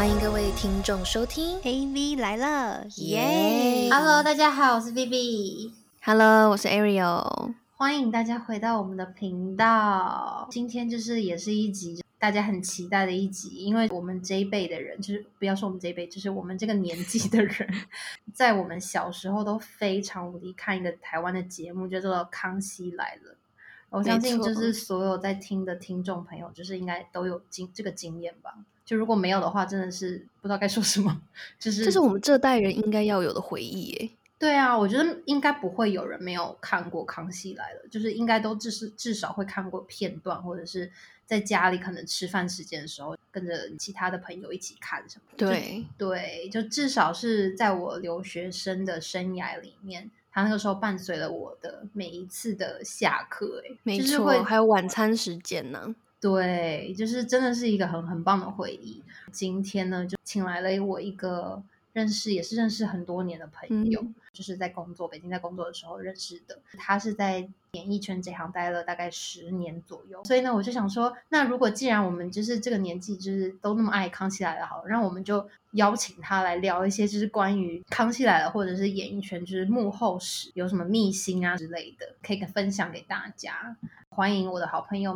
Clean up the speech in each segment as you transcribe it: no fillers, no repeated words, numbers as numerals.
欢迎各位听众收听 AV 来了， 耶 ！Hello， 大家好，我是 Vivi。 Hello， 我是 Ariel。 欢迎大家回到我们的频道。今天也是一集大家很期待的一集，因为我们这一辈的人，就是不要说我们这一辈，就是我们这个年纪的人，在我们小时候都非常无敌看一个台湾的节目，叫做《康熙来了》。我相信就是所有在听的听众朋友，就是应该都有这个经验吧。就如果没有的话，真的是不知道该说什么。这是我们这代人应该要有的回忆耶。 对啊，我觉得应该不会有人没有看过《康熙来了》，就是应该都至少会看过片段，或者是在家里可能吃饭时间的时候，跟着其他的朋友一起看什么的。 对， 就至少是在我留学生的生涯里面，他那个时候伴随了我的每一次的下课。 没错，还有晚餐时间呢。 对，就是真的是一个很棒的回忆。今天呢，就请来了我一个也是认识很多年的朋友，就是在北京在工作的时候认识的。他是在演艺圈这行待了大概10年左右，所以呢，我就想说，那如果既然我们就是这个年纪，就是都那么爱康熙来了，好，让我们就邀请他来聊一些就是关于康熙来了或者是演艺圈就是幕后史有什么秘辛啊之类的，可以分享给大家。欢迎我的好朋友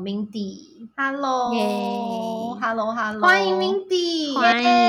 Mindy。Hello， 欢迎 Mindy， 欢迎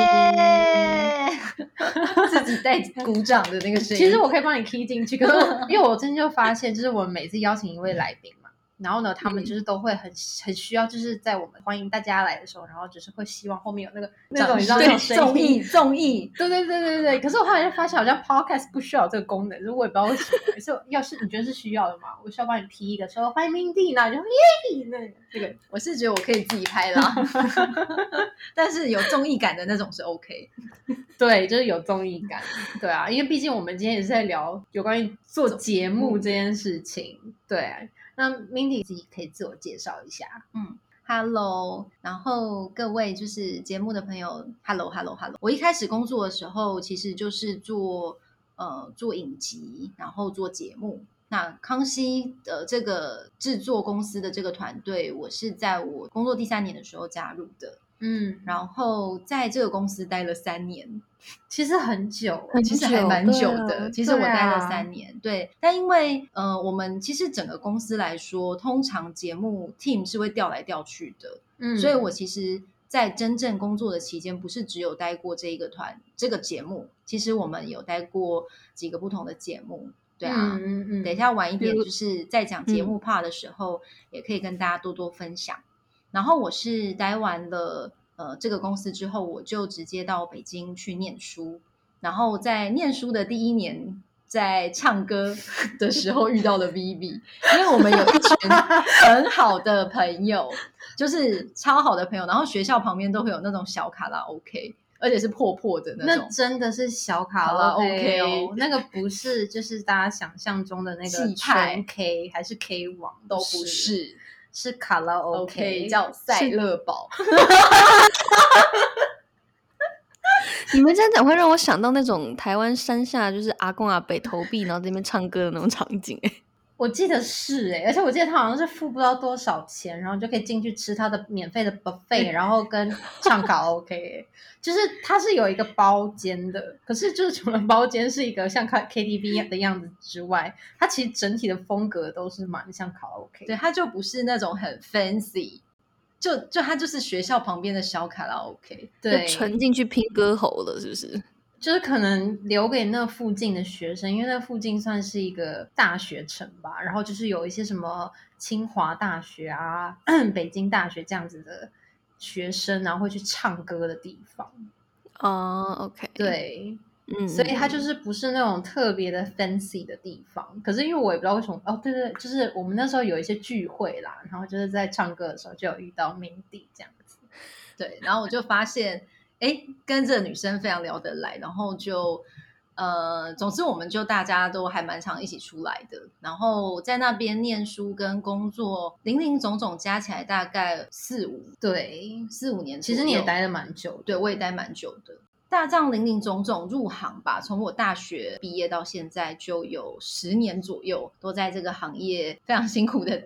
自己带鼓掌的那个声音。 其实我可以帮你 key 进去，可是因为我真的就发现，就是我们每次邀请一位来宾嘛，然后呢，他们就是都会很需要，就是在我们欢迎大家来的时候，然后就是会希望后面有那种你知道那种声音综艺， 对。可是我后来就发现，好像 podcast 不需要这个功能，就是我也不知道为什么。要是你觉得是需要的嘛，我需要帮你 P 一个说欢迎 Mindy， 那就耶，那这个我是觉得我可以自己拍啦，但是有综艺感的那种是 OK。 对，就是有综艺感。对啊，因为毕竟我们今天也是在聊有关于做节目这件事情。对，那 Mindy 自己可以自我介绍一下。 Hello， 然后各位就是节目的朋友 ，Hello。我一开始工作的时候，其实就是做影集，然后做节目。那康熙的这个制作公司的这个团队，我是在我工作第3年的时候加入的。然后在这个公司待了3年， 其实很久， 其实还蛮久的。其实我待了3年，对。但因为我们其实整个公司来说，通常节目 team 是会调来调去的，所以我其实在真正工作的期间，不是只有待过这个节目，其实我们有待过几个不同的节目。对啊，等一下晚一点就是在讲节目 part 的时候，也可以跟大家多多分享。然后我是待完了这个公司之后，我就直接到北京去念书。然后在念书的第1年，在唱歌的时候遇到了 Vivi， 因为我们有一群很好的朋友，就是超好的朋友。然后学校旁边都会有那种小卡拉 OK， 而且是破的那种。 那真的是小卡拉 OK 哦，那个不是就是大家想象中的那个纯 K 还是 K 王， 都不是。 是卡拉 OK， 叫赛乐堡。 你们这样讲会让我想到那种台湾山下就是阿公阿伯投币然后在那边唱歌的那种场景。 我记得是而且我记得他好像是付不知道多少钱，然后就可以进去吃他的免费的 buffet， 然后跟唱卡拉 OK。就是它是有一个包间的，可是就是除了包间是一个像 KTV 的样子之外，它其实整体的风格都是蛮像卡拉 OK。 对，它就不是那种很 fancy， 就它就是学校旁边的小卡拉 OK， 对， 就纯进去拼歌喉了，是不是？ 就是可能留给那附近的学生，因为那附近算是一个大学城吧，然后就是有一些什么清华大学啊、北京大学这样子的学生，然后会去唱歌的地方。 OK， 对，所以它就是不是那种特别的 fancy 的地方。可是因为我也不知道为什么，对，就是我们那时候有一些聚会啦，然后就是在唱歌的时候就有遇到 Mindy 这样子。 对，然后我就发现跟这个女生非常聊得来，然后就总之我们就大家都还蛮常一起出来的，然后在那边念书跟工作林林总总加起来大概4-5年， 其实你也待了蛮久的。 对，我也待蛮久的，大这样林林总总入行吧，从我大学毕业到现在就有10年左右，都在这个行业非常辛苦的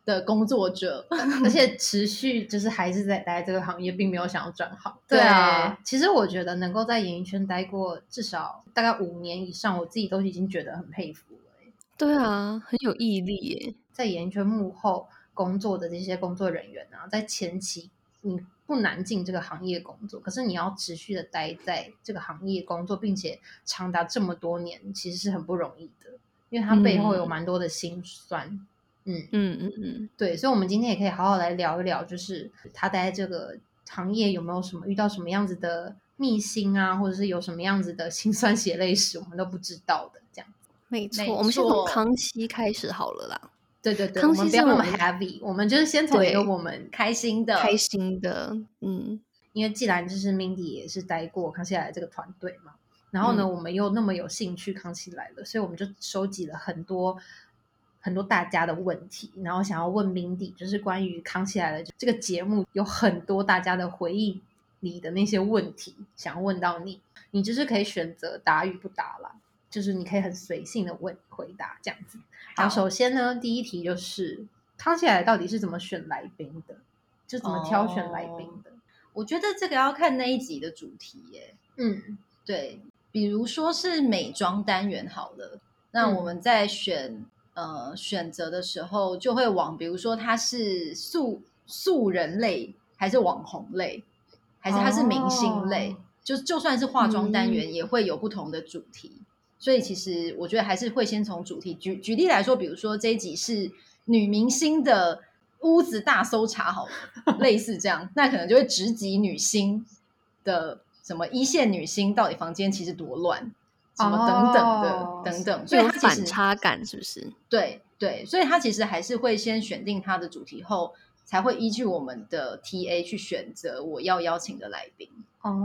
的工作者， 而且持续就是还是在待在这个行业，并没有想要转行。 对啊，其实我觉得能够在演艺圈待过至少大概5年以上，我自己都已经觉得很佩服了。 对啊，很有毅力耶。 在演艺圈幕后工作的这些工作人员啊，在前期你不难进这个行业工作，可是你要持续的待在这个行业工作，并且长达这么多年，其实是很不容易的，因为它背后有蛮多的辛酸。对，所以我们今天也可以好好来聊一聊，就是他待在这个行业有没有什么遇到什么样子的秘辛啊，或者是有什么样子的辛酸血泪史，我们都不知道的这样。 没错，我们先从康熙开始好了啦。 对，我们不要那么 heavy， 我们就是先从一个我们开心的， 因为既然就是 Mindy 也是待过康熙来了这个团队嘛，然后呢，我们又那么有兴趣康熙来了，所以我们就收集了很多大家的问题，然后想要问 Mindy， 就是关于康熙来了这个节目有很多大家的回忆里的那些问题，想要问到你就是可以选择答与不答啦，就是你可以很随性的回答这样子。好，首先呢，第一题就是康熙来了到底是怎么选来宾的，就怎么挑选来宾的。 我觉得这个要看那一集的主题耶。对，比如说是美妆单元好了，那我们在选择的时候就会往比如说他是素人类还是网红类，还是他是明星类，就算是化妆单元也会有不同的主题。所以其实我觉得还是会先从主题举例来说，比如说这一集是女明星的屋子大搜查好了，类似这样，那可能就会直击女星的什么一线女星到底房间其实多乱，什么等等的等等，所以它其实反差感是不是？ 对，所以它其实还是会先选定它的主题后，才会依据我们的 TA 去选择我要邀请的来宾。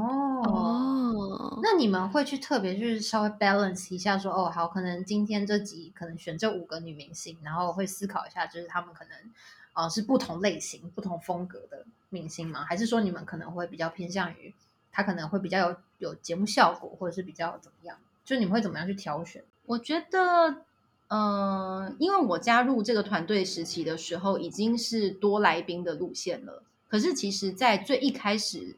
那你们会去特别去稍微 balance 一下说好，可能今天这集可能选这5个女明星，然后会思考一下就是他们可能是不同类型不同风格的明星吗？还是说你们可能会比较偏向于他可能会比较有节目效果，或者是比较怎么样，就你们会怎么样去挑选？ 我觉得因为我加入这个团队时期的时候已经是多来宾的路线了，可是其实在最一开始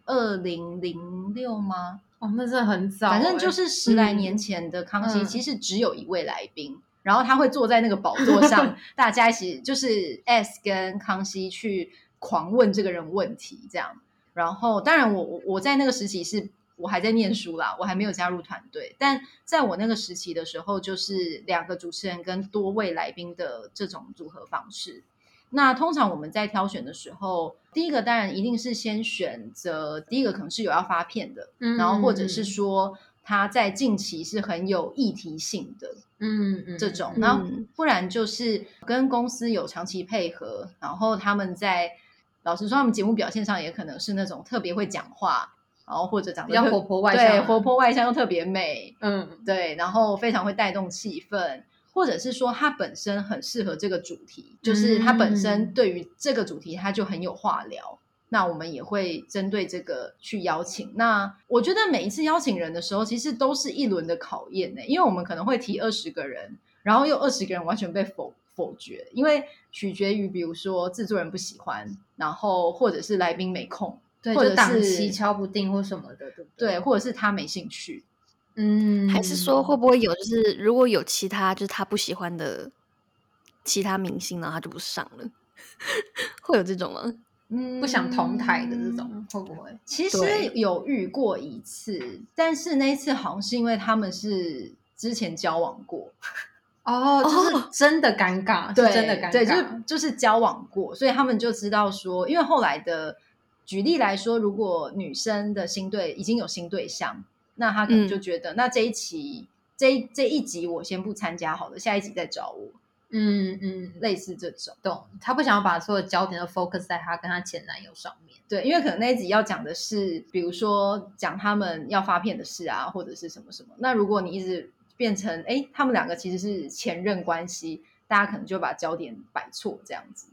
2006吗？ 那真的很早， 反正就是10来年前的康熙，其实只有一位来宾，然后他会坐在那个宝座上大家一起就是 S 跟康熙去狂问这个人问题这样。然后当然我在那个时期是我还在念书啦，我还没有加入团队，但在我那个时期的时候就是2个主持人跟多位来宾的这种组合方式。那通常我们在挑选的时候，第一个当然一定是先选择第一个可能是有要发片的，然后或者是说他在近期是很有议题性的这种，然后不然就是跟公司有长期配合，然后他们在老实说他们节目表现上也可能是那种特别会讲话，然后或者长得比较活泼外向， 对，活泼外向又特别美，对，然后非常会带动气氛，或者是说他本身很适合这个主题，就是他本身对于这个主题他就很有话聊，那我们也会针对这个去邀请。那我觉得每一次邀请人的时候其实都是一轮的考验因为我们可能会提20个人，然后又20个人完全被否决，因为取决于比如说制作人不喜欢，然后或者是来宾没空， 对， 或者是档期敲不定或什么的，对不对？ 对，或者是他没兴趣。 还是说会不会有就是如果有其他就是他不喜欢的其他明星，然后他就不上了会有这种吗？ 不想同台的这种会不会？ 其实有遇过一次，但是那一次好像是因为他们是之前交往过就是真的尴尬， 对， 真的尴尬， 对，就是交往过，所以他们就知道说，因为后来的举例来说，如果女生的新对已经有新对象，那他可能就觉得那这一期这一集我先不参加好了，下一集再找我。类似这种， 懂，他不想要把所有焦点都 focus 在他跟他前男友上面。 对，因为可能那一集要讲的是比如说讲他们要发片的事啊，或者是什么什么，那如果你一直变成他们2个其实是前任关系，大家可能就把焦点摆错这样子。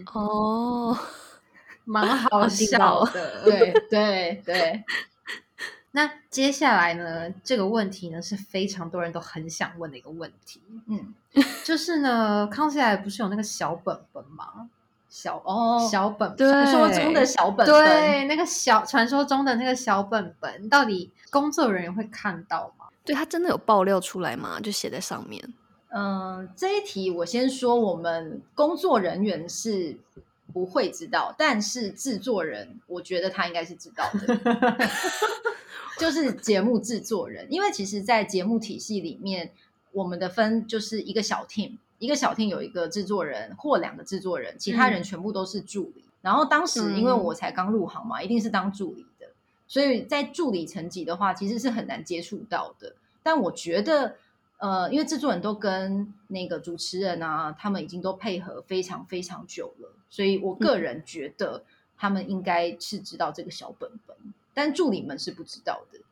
蛮好笑的对那接下来呢，这个问题呢是非常多人都很想问的一个问题。就是呢，康熙来了不是有那个小本本吗？ 小本， 传说中的小本本， 对，那个传说中的那个小本本，到底工作人员会看到吗？ 对，他真的有爆料出来吗？就写在上面。 这一题我先说，我们工作人员是不会知道，但是制作人我觉得他应该是知道的就是节目制作人，因为其实在节目体系里面，我们的分就是一个小 team， 一个小 team 有一个制作人或2个制作人，其他人全部都是助理。然后当时因为我才刚入行嘛，一定是当助理的，所以在助理层级的话其实是很难接触到的。但我觉得因为制作人都跟那个主持人啊，他们已经都配合非常非常久了，所以我个人觉得他们应该是知道这个小本本，但助理们是不知道的。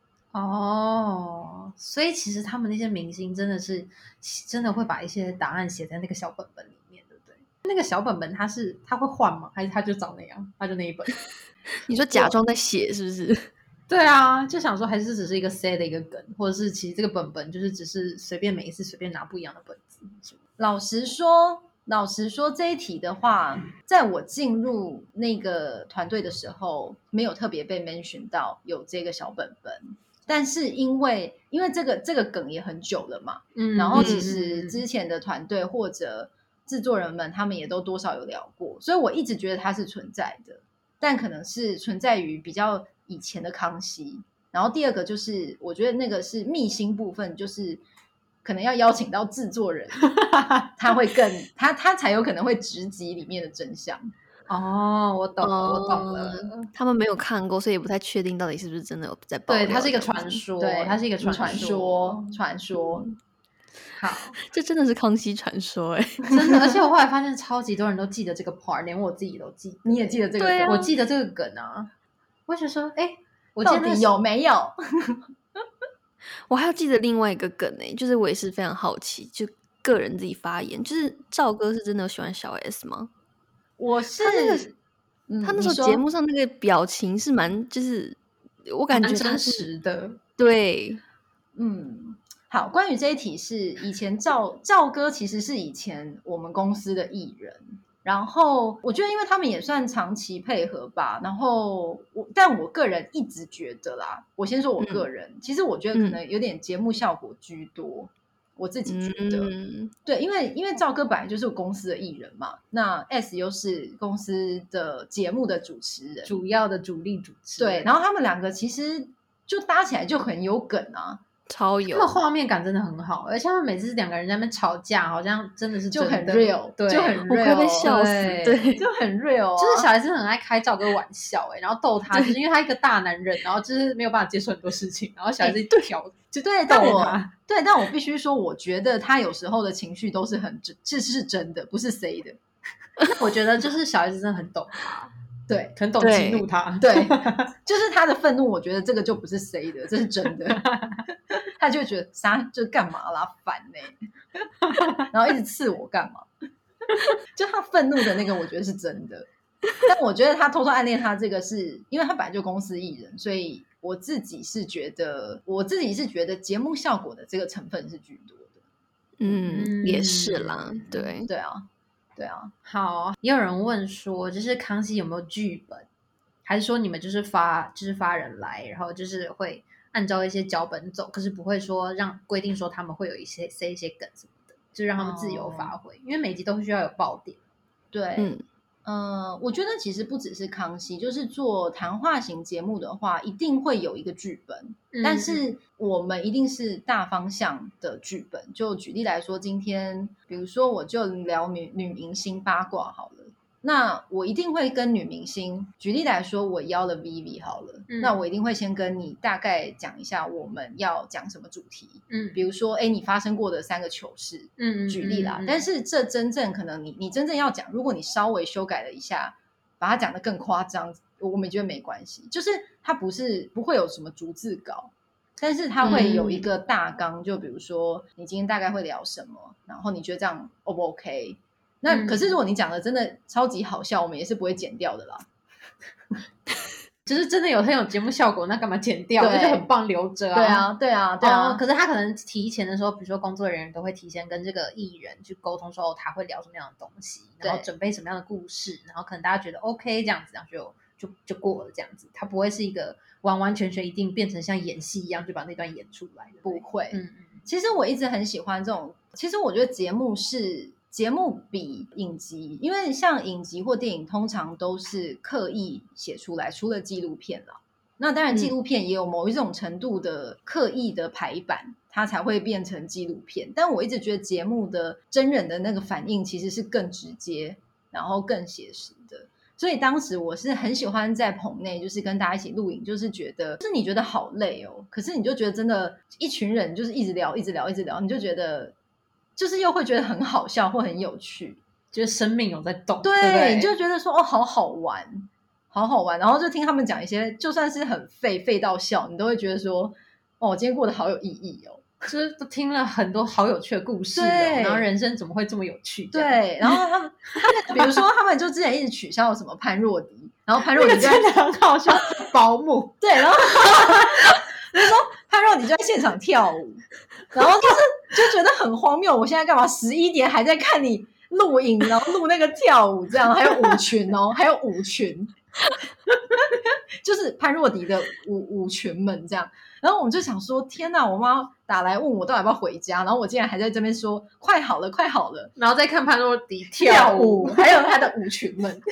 所以其实他们那些明星真的会把一些答案写在那个小本本里面，对不对？那个小本本他会换吗？还是他就长那样，他就那一本你说假装在写是不是？ 对啊，就想说还是只是一个 say 的一个梗，或者是其实这个本本就是只是随便每一次随便拿不一样的本子。 老实说这一题的话，在我进入那个团队的时候没有特别被 mention 到有这个小本本，但是因为这个梗也很久了嘛，然后其实之前的团队或者制作人们他们也都多少有聊过，所以我一直觉得它是存在的，但可能是存在于比较以前的康熙。然后第二个就是我觉得那个是秘辛部分，就是可能要邀请到制作人他会他才有可能会直击里面的真相。 我懂了， 他们没有看过，所以也不太确定到底是不是真的有在爆料。 对，它是一个传说， 对， 它是一个传说。好， 这真的是康熙传说真的，而且我后来发现超级多人都记得这个 part， 连我自己都记得。 你也记得这个梗？我记得这个梗啊。我就说，我到底有没有？ 我还要记得另外一个梗就是我也是非常好奇，就个人自己发言，就是赵哥是真的喜欢小 S 吗？ 我是他那时候节目上那个表情是蛮，就是我感觉真实的。 对， 好，关于这一题是以前赵哥其实是以前我们公司的艺人，然后我觉得因为他们也算长期配合吧，然后但我个人一直觉得啦，我先说我个人，其实我觉得可能有点节目效果居多，我自己觉得，对，因为赵哥本来就是公司的艺人嘛，那 S 又是公司的节目的主持人， 主要的主力主持人， 对，然后他们2个其实就搭起来就很有梗啊。 超有， 他们画面感真的很好，而且他们每次2个人在那边吵架，好像真的是就很 real， 对，就很 real， 我快被笑死，对， 就很 real， 就是小孩子很爱开赵哥玩笑，然后逗他，就是因为他一个大男人，然后就是没有办法接受很多事情，然后小孩子挑， 就对，但我必须说，我觉得他有时候的情绪都是是真的，不是 say 的。 我觉得就是小孩子真的很懂他。 对， 很懂激怒他。 对，就是他的愤怒，我觉得这个就不是 say 的，这是真的。他就觉得就干嘛啦，烦然后一直刺我干嘛？就他愤怒的那个，我觉得是真的。但我觉得他偷偷暗恋他这个是因为他本来就公司艺人，所以我自己是觉得节目效果的这个成分是居多的。 也是啦，对啊， 好，也有人问说，就是康熙有没有剧本，还是说你们就是发人来，然后就是会按照一些脚本走，可是不会说规定说他们会有一些塞一些梗什么的，就让他们自由发挥，因为每集都需要有爆点。 对，我觉得其实不只是康熙，就是做谈话型节目的话，一定会有一个剧本，但是我们一定是大方向的剧本。就举例来说，今天比如说我就聊女明星八卦好了，那我一定会跟女明星，举例来说，我邀了 Vivi 好了，那我一定会先跟你大概讲一下我们要讲什么主题，比如说你发生过的3个糗事，举例啦，但是这真正可能你真正要讲，如果你稍微修改了一下，把它讲得更夸张，我们觉得没关系，就是它不会有什么逐字稿，但是它会有一个大纲，就比如说你今天大概会聊什么，然后你觉得这样 O 不 OK？可是如果你讲的真的超级好笑，我们也是不会剪掉的啦。 就是真的很有节目效果，那干嘛剪掉？那就很棒，留着啊。对啊。 可是他可能提前的时候，比如说工作人员都会提前跟这个艺人去沟通说，他会聊什么样的东西，然后准备什么样的故事，然后可能大家觉得 OK 这样子，然后就过了这样子。他不会是一个完完全全一定变成像演戏一样就把那段演出来的， 不会。其实我一直很喜欢这种，其实我觉得节目比影集，因为像影集或电影通常都是刻意写出来，除了纪录片啦。那当然纪录片也有某一种程度的刻意的排版，它才会变成纪录片。但我一直觉得节目的真人的那个反应其实是更直接，然后更写实的。所以当时我是很喜欢在棚内就是跟大家一起录影，就是觉得就是你觉得好累哦，可是你就觉得真的一群人就是一直聊一直聊一直聊，你就觉得就是又会觉得很好笑或很有趣， 觉得生命有在动。 对，你就觉得说哦好好玩好好玩，然后就听他们讲一些就算是很废到笑，你都会觉得说哦今天过得好有意义哦， 就是都听了很多好有趣的故事，然后人生怎么会这么有趣？ 对，然后他们比如说他们就之前一直取笑什么潘若迪，然后潘若迪真的很好笑，保姆对，然后比如说潘若迪就在现场跳舞，然后就觉得很荒谬，我现在干嘛11点还在看你录影，然后录那个跳舞这样，还有舞群哦，还有舞群就是潘若迪的舞群们这样，然后我们就想说天哪，我妈打来问我到底要不要回家，然后我竟然还在这边说快好了快好了， 然后再看潘若迪跳舞还有他的舞群们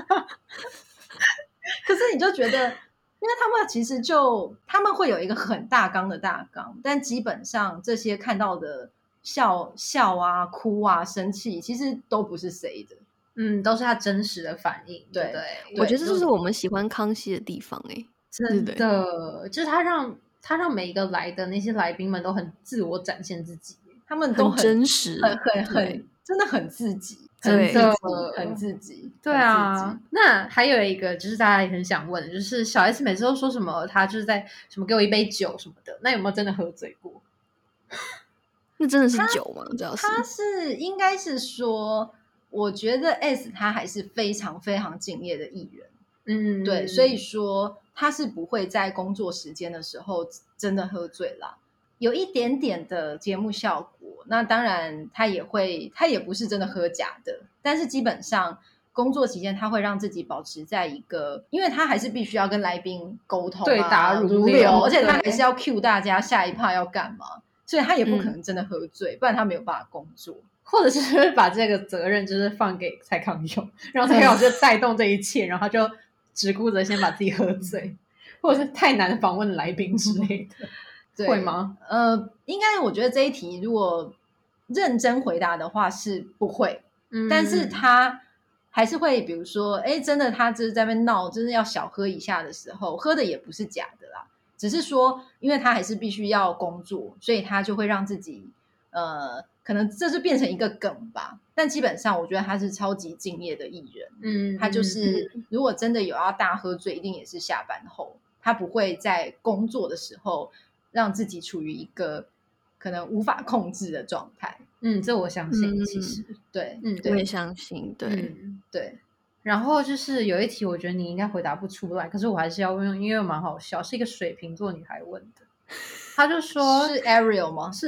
可是你就觉得因为他们其实他们会有一个很大纲的大纲，但基本上这些看到的笑啊哭啊生气其实都不是谁的， 都是他真实的反应。对， 我觉得这就是我们喜欢康熙的地方。 真的就是他让每一个来的那些来宾们都很自我展现自己， 他们都很真实， 很真的很自己，很自己。 对啊，那还有一个就是大家也很想问的，就是小 S 每次都说什么他就是在什么给我一杯酒什么的，那有没有真的喝醉过？ 那真的是酒吗？ 他是应该是说我觉得 S 他还是非常非常敬业的艺人，对，所以说他是不会在工作时间的时候真的喝醉啦，有一点点的节目效果，那当然他也不是真的喝假的，但是基本上工作期间他会让自己保持在一个，因为他还是必须要跟来宾沟通对答如流，而且他还是要 cue 大家下一 part 要干嘛，所以他也不可能真的喝醉，不然他没有办法工作， 或者是把这个责任就是放给蔡康永，然后蔡康永就带动这一切，然后他就只顾着先把自己喝醉，或者是太难访问来宾之类的会吗？ 应该我觉得这一题如果认真回答的话是不会，但是他还是会比如说真的他就是在那边闹，真的要小喝一下的时候，喝的也不是假的啦，只是说因为他还是必须要工作，所以他就会让自己可能这就变成一个梗吧，但基本上我觉得他是超级敬业的艺人，他就是如果真的有要大喝醉，一定也是下班后，他不会在工作的时候让自己处于一个可能无法控制的状态。 这我相信，其实对， 我也相信， 对。 然后就是有一题，我觉得你应该回答不出来，可是我还是要问，因为蛮好笑，是一个水瓶座女孩问的。他就说是 Ariel 吗？ 是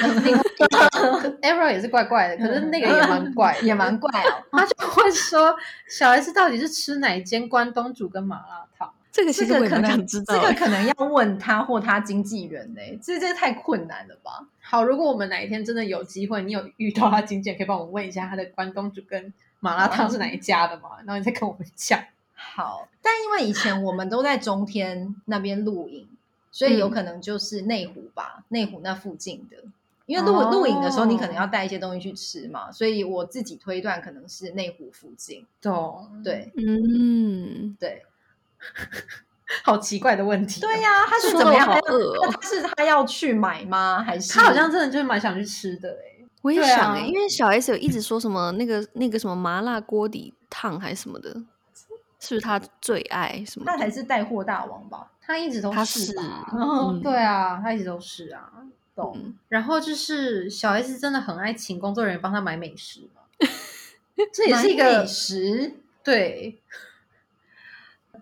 Ariel 也是怪怪的，可是那个也蛮怪也蛮怪哦。 他就会说小 S 到底是吃哪一间关东煮跟麻辣烫？ 这个其实我也蛮想知道， 这个可能要问他或他经纪人这太困难了吧。 好，如果我们哪一天真的有机会，你有遇到他经纪人，可以帮我问一下他的关东煮跟麻辣烫是哪一家的吗？然后你再跟我们讲。 好，但因为以前我们都在中天那边录影，所以有可能就是内湖吧，内湖那附近的，因为录影的时候你可能要带一些东西去吃嘛，所以我自己推断可能是内湖附近。对，对。 好奇怪的问题。 对呀，他是怎么样？是他要去买吗？还是他好像真的就是蛮想去吃的我也想因为小 S 有一直说什么那个什么麻辣锅底烫还是什么的，是不是他最爱什么？ 他才是带货大王吧？ 他一直都是吧？对啊，他一直都是啊。懂。然后就是小 S 真的很爱请工作人员帮他买美食嘛，这也是一个美食。 对，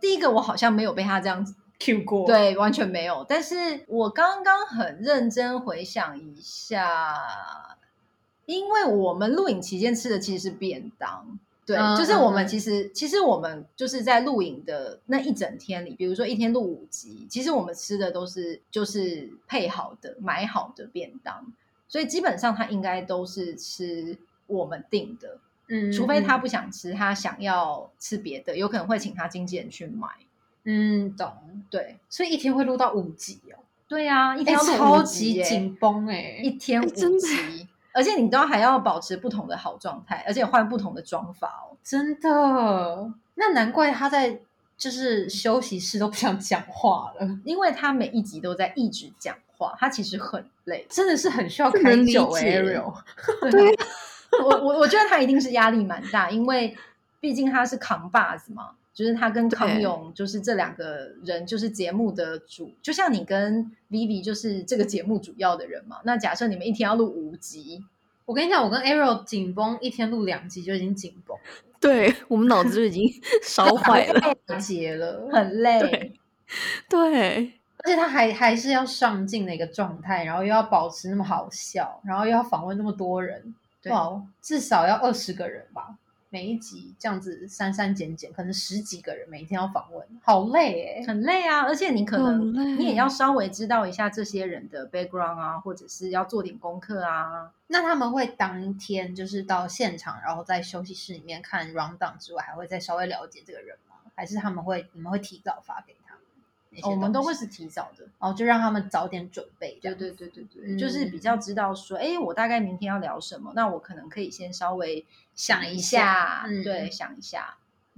第一个我好像没有被他这样子 Q 过， 对，完全没有。但是我刚刚很认真回想一下，因为我们录影期间吃的其实是便当。对，就是我们其实我们就是在录影的那一整天里，比如说一天录5集，其实我们吃的都是就是配好的买好的便当，所以基本上他应该都是吃我们订的，除非他不想吃，他想要吃别的，有可能会请他经纪人去买。 懂。 对， 所以一天会录到5集哦。 对啊，一天要录超 5集级紧绷一天5集，而且你都还要保持不同的好状态，而且换不同的妆法哦。 真的，那难怪他在就是休息室都不想讲话了， 因为他每一集都在一直讲话，他其实很累， 真的是很需要开酒 Ariel。 对，我觉得他一定是压力蛮大，因为毕竟他是扛把子嘛，就是他跟康永就是这2个人就是节目的主，就像你跟 Vivi 就是这个节目主要的人嘛。那假设你们一天要录5集， 我跟你讲，我跟 Ariel 紧绷一天录2集就已经紧绷， 对，我们脑子就已经烧坏了， 结了， 很累。 对， 而且他还是要上镜的一个状态，然后又要保持那么好笑，然后又要访问那么多人，哇，至少要20个人吧，每一集这样子删减，可能10几个人每一天要访问，好累耶， 很累啊！而且你可能你也要稍微知道一下这些人的 background 啊，或者是要做点功课啊。 那他们会当天就是到现场，然后在休息室里面看 round down 之外，还会再稍微了解这个人吗？还是你们会提早发给他们？ 我们都会是提早的， 就让他们早点准备。 对，就是比较知道说，我大概明天要聊什么，那我可能可以先稍微想一下，对，想一下。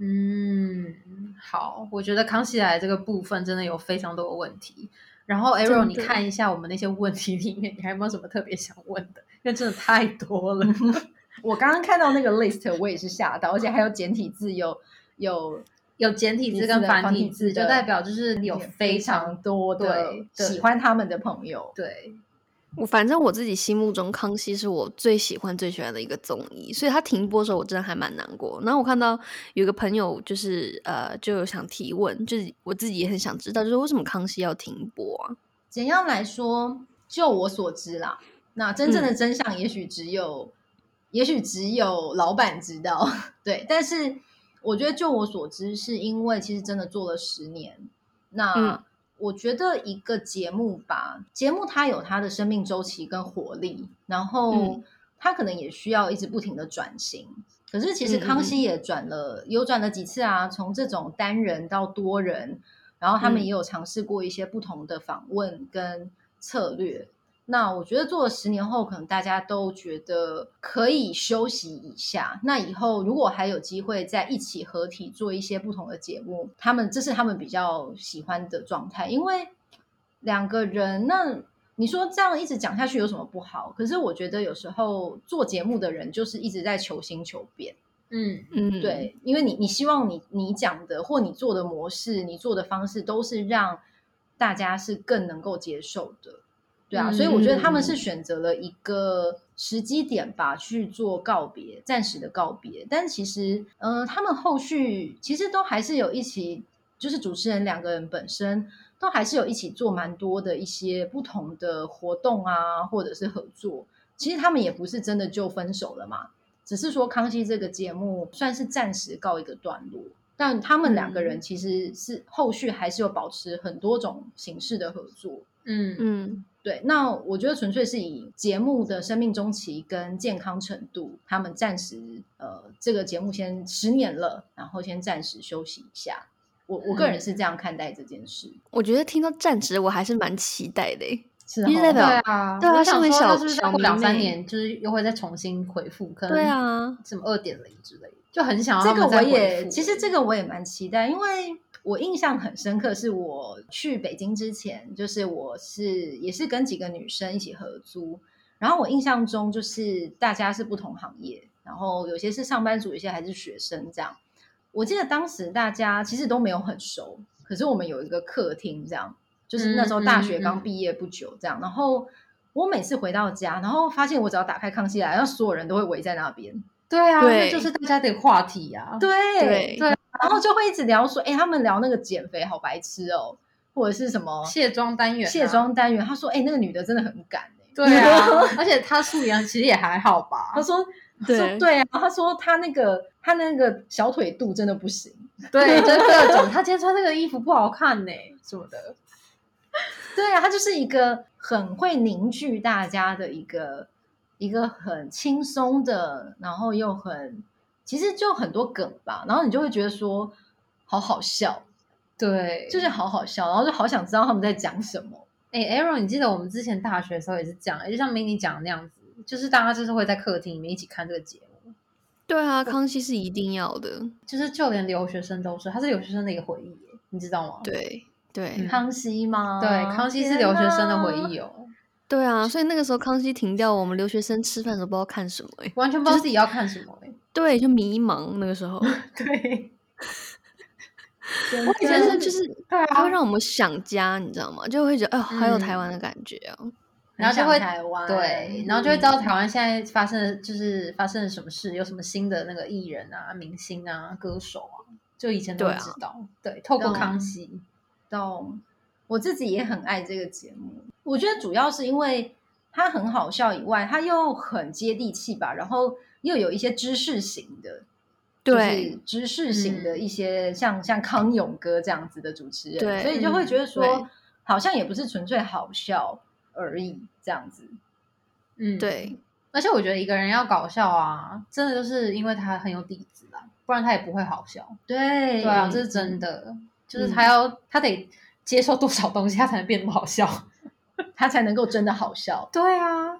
好，我觉得康熙来这个部分真的有非常多的问题。然后 Ariel， 你看一下我们那些问题里面，你还有没有什么特别想问的？因为真的太多了。 我刚刚看到那个 list， 我也是吓到，而且还有简体字， 有简体字跟繁体字，就代表就是有非常多的喜欢他们的朋友。 对， 反正我自己心目中康熙是我最喜欢的一个综艺，所以他停播的时候我真的还蛮难过。然后我看到有一个朋友就是就有想提问，就是我自己也很想知道，就是为什么康熙要停播啊？ 怎样来说，就我所知啦，那真正的真相也许只有老板知道。对，但是我觉得就我所知，是因为其实真的做了10年，那我觉得一个节目它有它的生命周期跟活力，然后它可能也需要一直不停的转型。可是其实康熙也转了几次啊，从这种单人到多人，然后他们也有尝试过一些不同的访问跟策略。那我觉得做了10年后，可能大家都觉得可以休息一下。那以后如果还有机会在一起合体做一些不同的节目，这是他们比较喜欢的状态。因为2个人，那你说这样一直讲下去有什么不好？可是我觉得有时候做节目的人就是一直在求新求变。对，因为你希望你讲的或你做的模式，你做的方式都是让大家是更能够接受的。对啊，所以我觉得他们是选择了一个时机点吧，去做告别，暂时的告别。但其实他们后续其实都还是有一起，就是主持人2个人本身都还是有一起做蛮多的一些不同的活动啊，或者是合作。其实他们也不是真的就分手了嘛，只是说康熙这个节目算是暂时告一个段落，但他们2个人其实是后续还是有保持很多种形式的合作。对，那我觉得纯粹是以节目的生命周期跟健康程度，他们暂时这个节目先10年了，然后先暂时休息一下。我个人是这样看待这件事。 我觉得听到暂时我还是蛮期待的， 因为代表对啊， 身为小 2-3年就是又会再重新回复，可能对啊， 什么2.0之类的，就很想要他们再回复。其实这个我也蛮期待，因为我印象很深刻，是我去北京之前，就是也是跟几个女生一起合租，然后我印象中就是大家是不同行业，然后有些是上班族，有些还是学生这样。我记得当时大家其实都没有很熟，可是我们有一个客厅这样，就是那时候大学刚毕业不久这样，然后我每次回到家，然后发现我只要打开康熙来，然后所有人都会围在那边。 对啊，那就是大家的话题啊。 对然后就会一直聊说，他们聊那个减肥好白痴哦，或者是什么卸妆单元， 他说那个女的真的很敢对啊，而且她素颜其实也还好吧。 他说对啊，他说他那个小腿肚真的不行， 对，就各种他今天穿那个衣服不好看呢什么的。 对啊，他就是一个很会凝聚大家的一个很轻松的，然后又其实就很多梗吧，然后你就会觉得说好好笑， 对， 就是好好笑，然后就好想知道他们在讲什么。 Aaron， 你记得我们之前大学的时候也是这样，就像 Minnie 讲的那样子，就是大家就是会在客厅里面一起看这个节目。 对啊，康熙是一定要的， 就是就连留学生都是，他是留学生的一个回忆，你知道吗？ 对， 康熙吗？ 对，康熙是留学生的回忆哦。 对啊，所以那个时候康熙停掉，我们留学生吃饭的时候不知道看什么完全不知道自己要看什么对，就迷茫那个时候。 对。 我以前是就是它会让我们想家，你知道吗？就会觉得还有台湾的感觉啊， 然后就会台湾对，然后就会知道台湾现在发生了什么事，有什么新的那个艺人啊、明星啊、歌手啊，就以前都知道。对，透过康熙。 懂，我自己也很爱这个节目。我觉得主要是因为它很好笑以外，它又很接地气吧，然后又有一些知识型的。 对， 就是知识型的一些像康永哥这样子的主持人， 对， 所以就会觉得说好像也不是纯粹好笑而已这样子。 对， 而且我觉得一个人要搞笑啊，真的就是因为他很有底子啦，不然他也不会好笑。 对啊，这是真的，就是他得接受多少东西，他才能变那么好笑， 他才能够真的好笑。 对啊，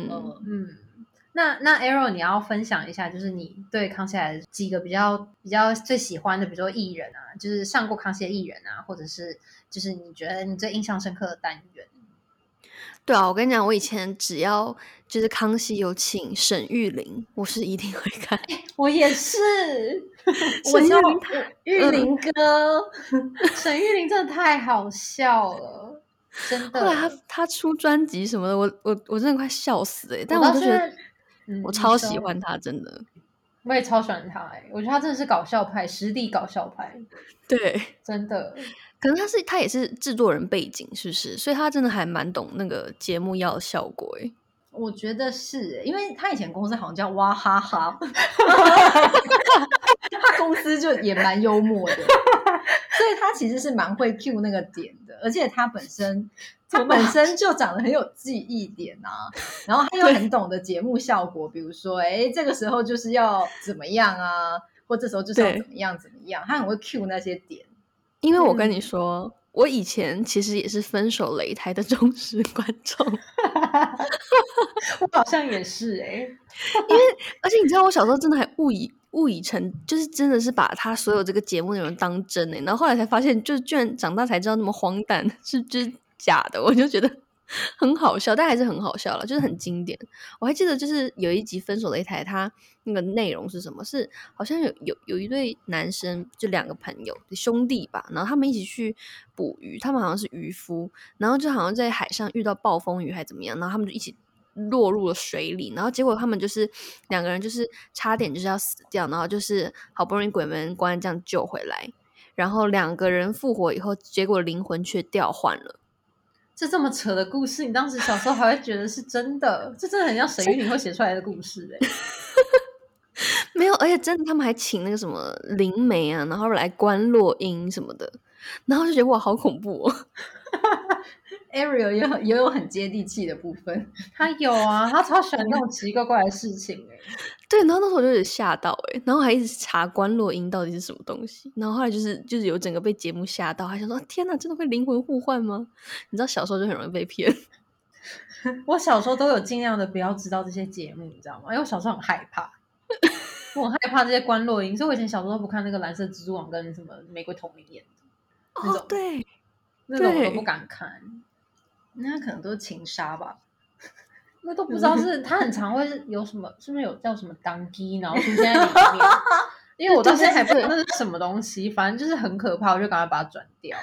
那 Aaron 你要分享一下，就是你对康熙来的几个比较最喜欢的，比如说艺人啊，就是上过康熙的艺人啊，或者是就是你觉得你最印象深刻的单元。 对啊，我跟你讲，我以前只要就是康熙有请沈玉琳，我是一定会看。 我也是， 沈玉琳玉琳哥， 沈玉琳真的太好笑了，真的。 后来他出专辑什么的，我真的快笑死但我就觉得。我超喜欢他，真的， 我也超喜欢他我觉得他真的是搞笑派，实力搞笑派， 对， 真的。 可能他也是制作人背景，是不是？所以他真的还蛮懂那个节目要的效果我觉得是因为他以前公司好像叫哇哈哈，他公司就也蛮幽默的，所以他其实是蛮会 cue 那个点的，而且他本身就长得很有记忆点啊，然后他又很懂得节目效果，比如说这个时候就是要怎么样啊，或这时候就是要怎么样，他很会 cue 那些点。因为我跟你说我以前其实也是分手擂台的忠实观众我好像也是因为而且你知道我小时候真的还误以成就是真的是把他所有这个节目内容当真然后后来才发现就是居然长大才知道那么荒诞是就是假的，我就觉得很好笑，但还是很好笑了，就是很经典。我还记得就是有一集分手擂台，他那个内容是什么？是好像有一对男生，就两个朋友兄弟吧，然后他们一起去捕鱼，他们好像是渔夫，然后就好像在海上遇到暴风雨还怎么样，然后他们就一起落入了水里，然后结果他们就是两个人就是差点就是要死掉，然后就是好不容易鬼门关这样救回来，然后两个人复活以后，结果灵魂却调换了。 这么扯的故事，你当时小时候还会觉得是真的？这真的很像沈玉琳会写出来的故事没有，而且真的他们还请那个什么灵媒啊，然后来观落阴什么的，然后就觉得哇好恐怖 Ariel 也有很接地气的部分， 他有啊，他超喜欢那种奇奇怪怪的事情对，然后那时候我就有点吓到然后还一直查观落阴到底是什么东西，然后后来就是有整个被节目吓到，还想说天哪，真的会灵魂互换吗？你知道小时候就很容易被骗。 我小时候都有尽量的不要知道这些节目，你知道吗？因为我小时候很害怕，我很害怕这些观落阴，所以我以前小时候都不看那个蓝色蜘蛛网跟什么玫瑰瞳铃演的那种， 对， 那种我都不敢看。 那可能都是情杀吧。 那都不知道是他很常会有什么，是不是有叫什么当机，然后出现在里面？因为我到现在还不知道那是什么东西，反正就是很可怕，我就赶快把它转掉。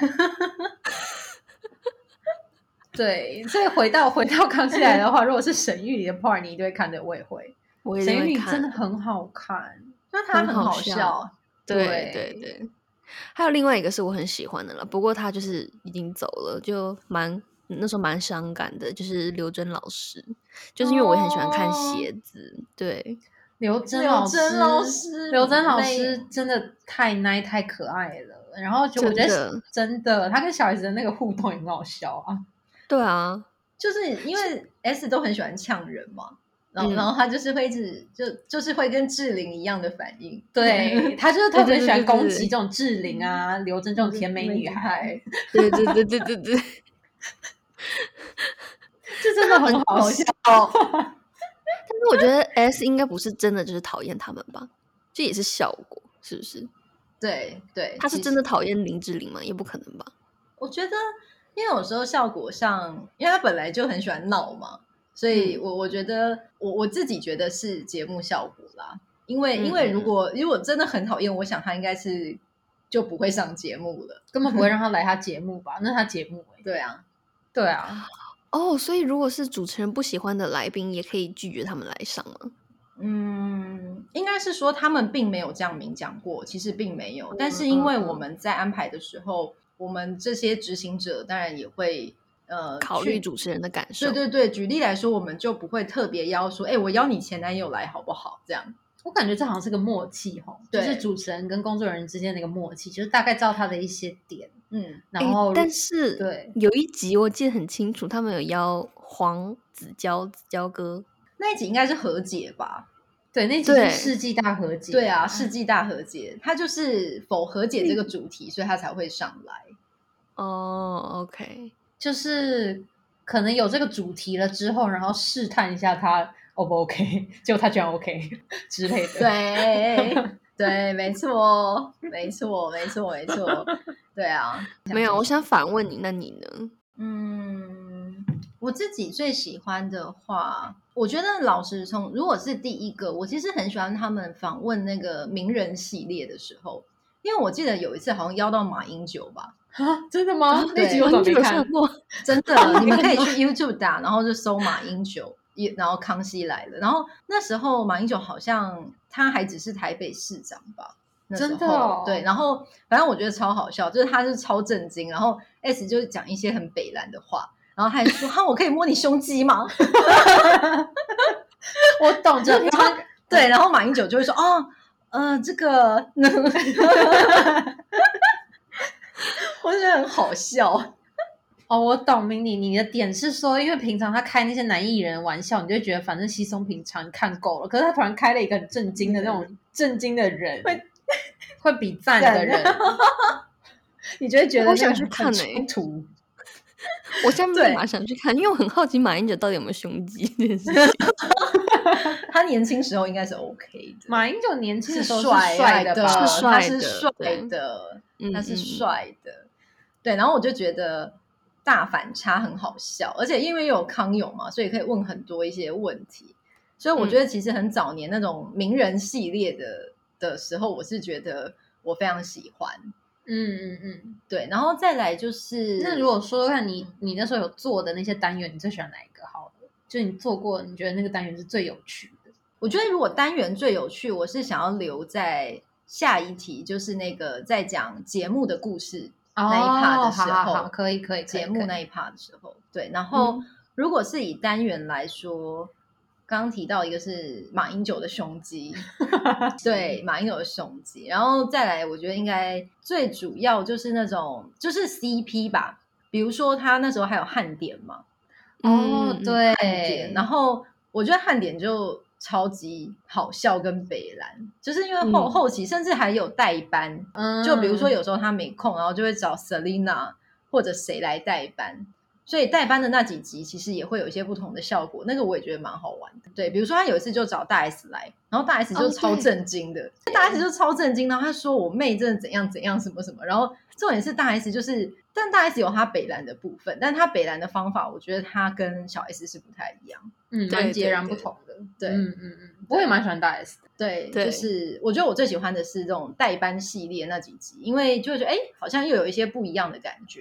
对，所以回到康熙来的话，如果是沈玉琳的 part， 你一定会看的，我也会。沈玉琳真的很好看， 那他很好笑， 对对对。还有另外一个是我很喜欢的了，不过他就是已经走了，就那时候蛮伤感的，就是刘真老师，就是因为我也很喜欢看鞋子，对。 刘真老师真的太太可爱了，然后就我觉得真的他跟小 S 的那个互动也很好笑啊。 对啊， 就是因为 S 都很喜欢呛人嘛，然后他就是会一直就是会跟志玲一样的反应， 对，他就是特别喜欢攻击这种志玲啊、刘真这种甜美女孩， 对对对对对对， 这真的很好笑。 但是我觉得 S 应该不是真的就是讨厌他们吧，这也是效果，是不是？ 对对， 他是真的讨厌林志玲吗？也不可能吧。 我觉得，因为有时候效果上，因为他本来就很喜欢闹嘛，所以我觉得我自己觉得是节目效果啦。因为如果真的很讨厌，我想他应该是就不会上节目了， 根本不会让他来他节目吧？那是他节目对啊， 对啊。 哦，所以如果是主持人不喜欢的来宾，也可以拒绝他们来上吗？ 应该是说他们并没有这样明讲过，其实并没有。但是因为我们在安排的时候，我们这些执行者当然也会考虑主持人的感受。 对对对，举例来说，我们就不会特别邀说，我邀你前男友来好不好？这样。 我感觉这好像是个默契齁，就是主持人跟工作人员之间的一个默契，就是大概知道他的一些点，然后但是对有一集我记得很清楚，他们有邀黄子佼哥， 那一集应该是和解吧？ 对，那集是世纪大和解， 对啊，世纪大和解，他就是否和解这个主题，所以他才会上来。 哦 ，OK， 就是可能有这个主题了之后，然后试探一下他。O 不 OK？ 结果他居然 OK 之类的。 对对，没错，没错，没错，没错。对啊， 没有，我想反问你，那你呢？ 我自己最喜欢的话，我觉得老实从如果是第一个，我其实很喜欢他们访问那个名人系列的时候，因为我记得有一次好像邀到马英九吧。 真的吗？那集我怎么没看过？ 真的，你们可以去 YouTube 打，然后就搜马英九。然后康熙来了，然后那时候马英九好像他还只是台北市长吧，那时候真的哦。 对，然后反正我觉得超好笑，就是他是超震惊，然后 S 就讲一些很北蓝的话，然后他还说哈，我可以摸你胸肌吗？ 我懂这对，然后马英九就会说这个我觉得很好笑。 哦，我懂明你的点是说，因为平常他开那些男艺人玩笑，你就会觉得反正稀松平常，看够了。可是他突然开了一个很震惊的那种震惊的人，会比赞的人，你就会觉得我想去看冲突。 我现在立马想去看，因为我很好奇马英九到底有没有胸肌这件事情。 他年轻时候应该是 OK 的。 马英九年轻的时候是帅的吧？ 他是帅的， 他是帅的。对，然后我就觉得大反差很好笑，而且因为有康永嘛，所以可以问很多一些问题。所以我觉得其实很早年那种名人系列的时候，我是觉得我非常喜欢。对，然后再来就是， 那如果说看你那时候有做的那些单元，你最喜欢哪一个？好了，就你做过，你觉得那个单元是最有趣的？ 我觉得如果单元最有趣，我是想要留在下一题，就是那个在讲节目的故事那一 part 的时候， 好，可以， 节目那一 part 的时候，对。然后如果是以单元来说，刚刚提到一个是马英九的胸肌，对，马英九的胸肌，然后再来，我觉得应该最主要就是那种就是 CP 吧，比如说他那时候还有汉典嘛， 对， 汉典，然后我觉得汉典就超级好笑跟北蓝，就是因为后期甚至还有代班，就比如说有时候他没空，然后就会找 Selina 或者谁来代班。所以代班的那几集其实也会有一些不同的效果，那个我也觉得蛮好玩的。对，比如说他有一次就找大 S 来，然后大 S 就超震惊的，大 S 就超震惊，然后他说我妹真的怎样怎样什么什么，然后重点是大 S 就是，但大 S 有他北蓝的部分，但他北蓝的方法，我觉得他跟小 S 是不太一样， 蛮截然不同的。 对， 我也蛮喜欢大 S 的。 对，就是我觉得我最喜欢的是这种代班系列那几集，因为就会觉得好像又有一些不一样的感觉。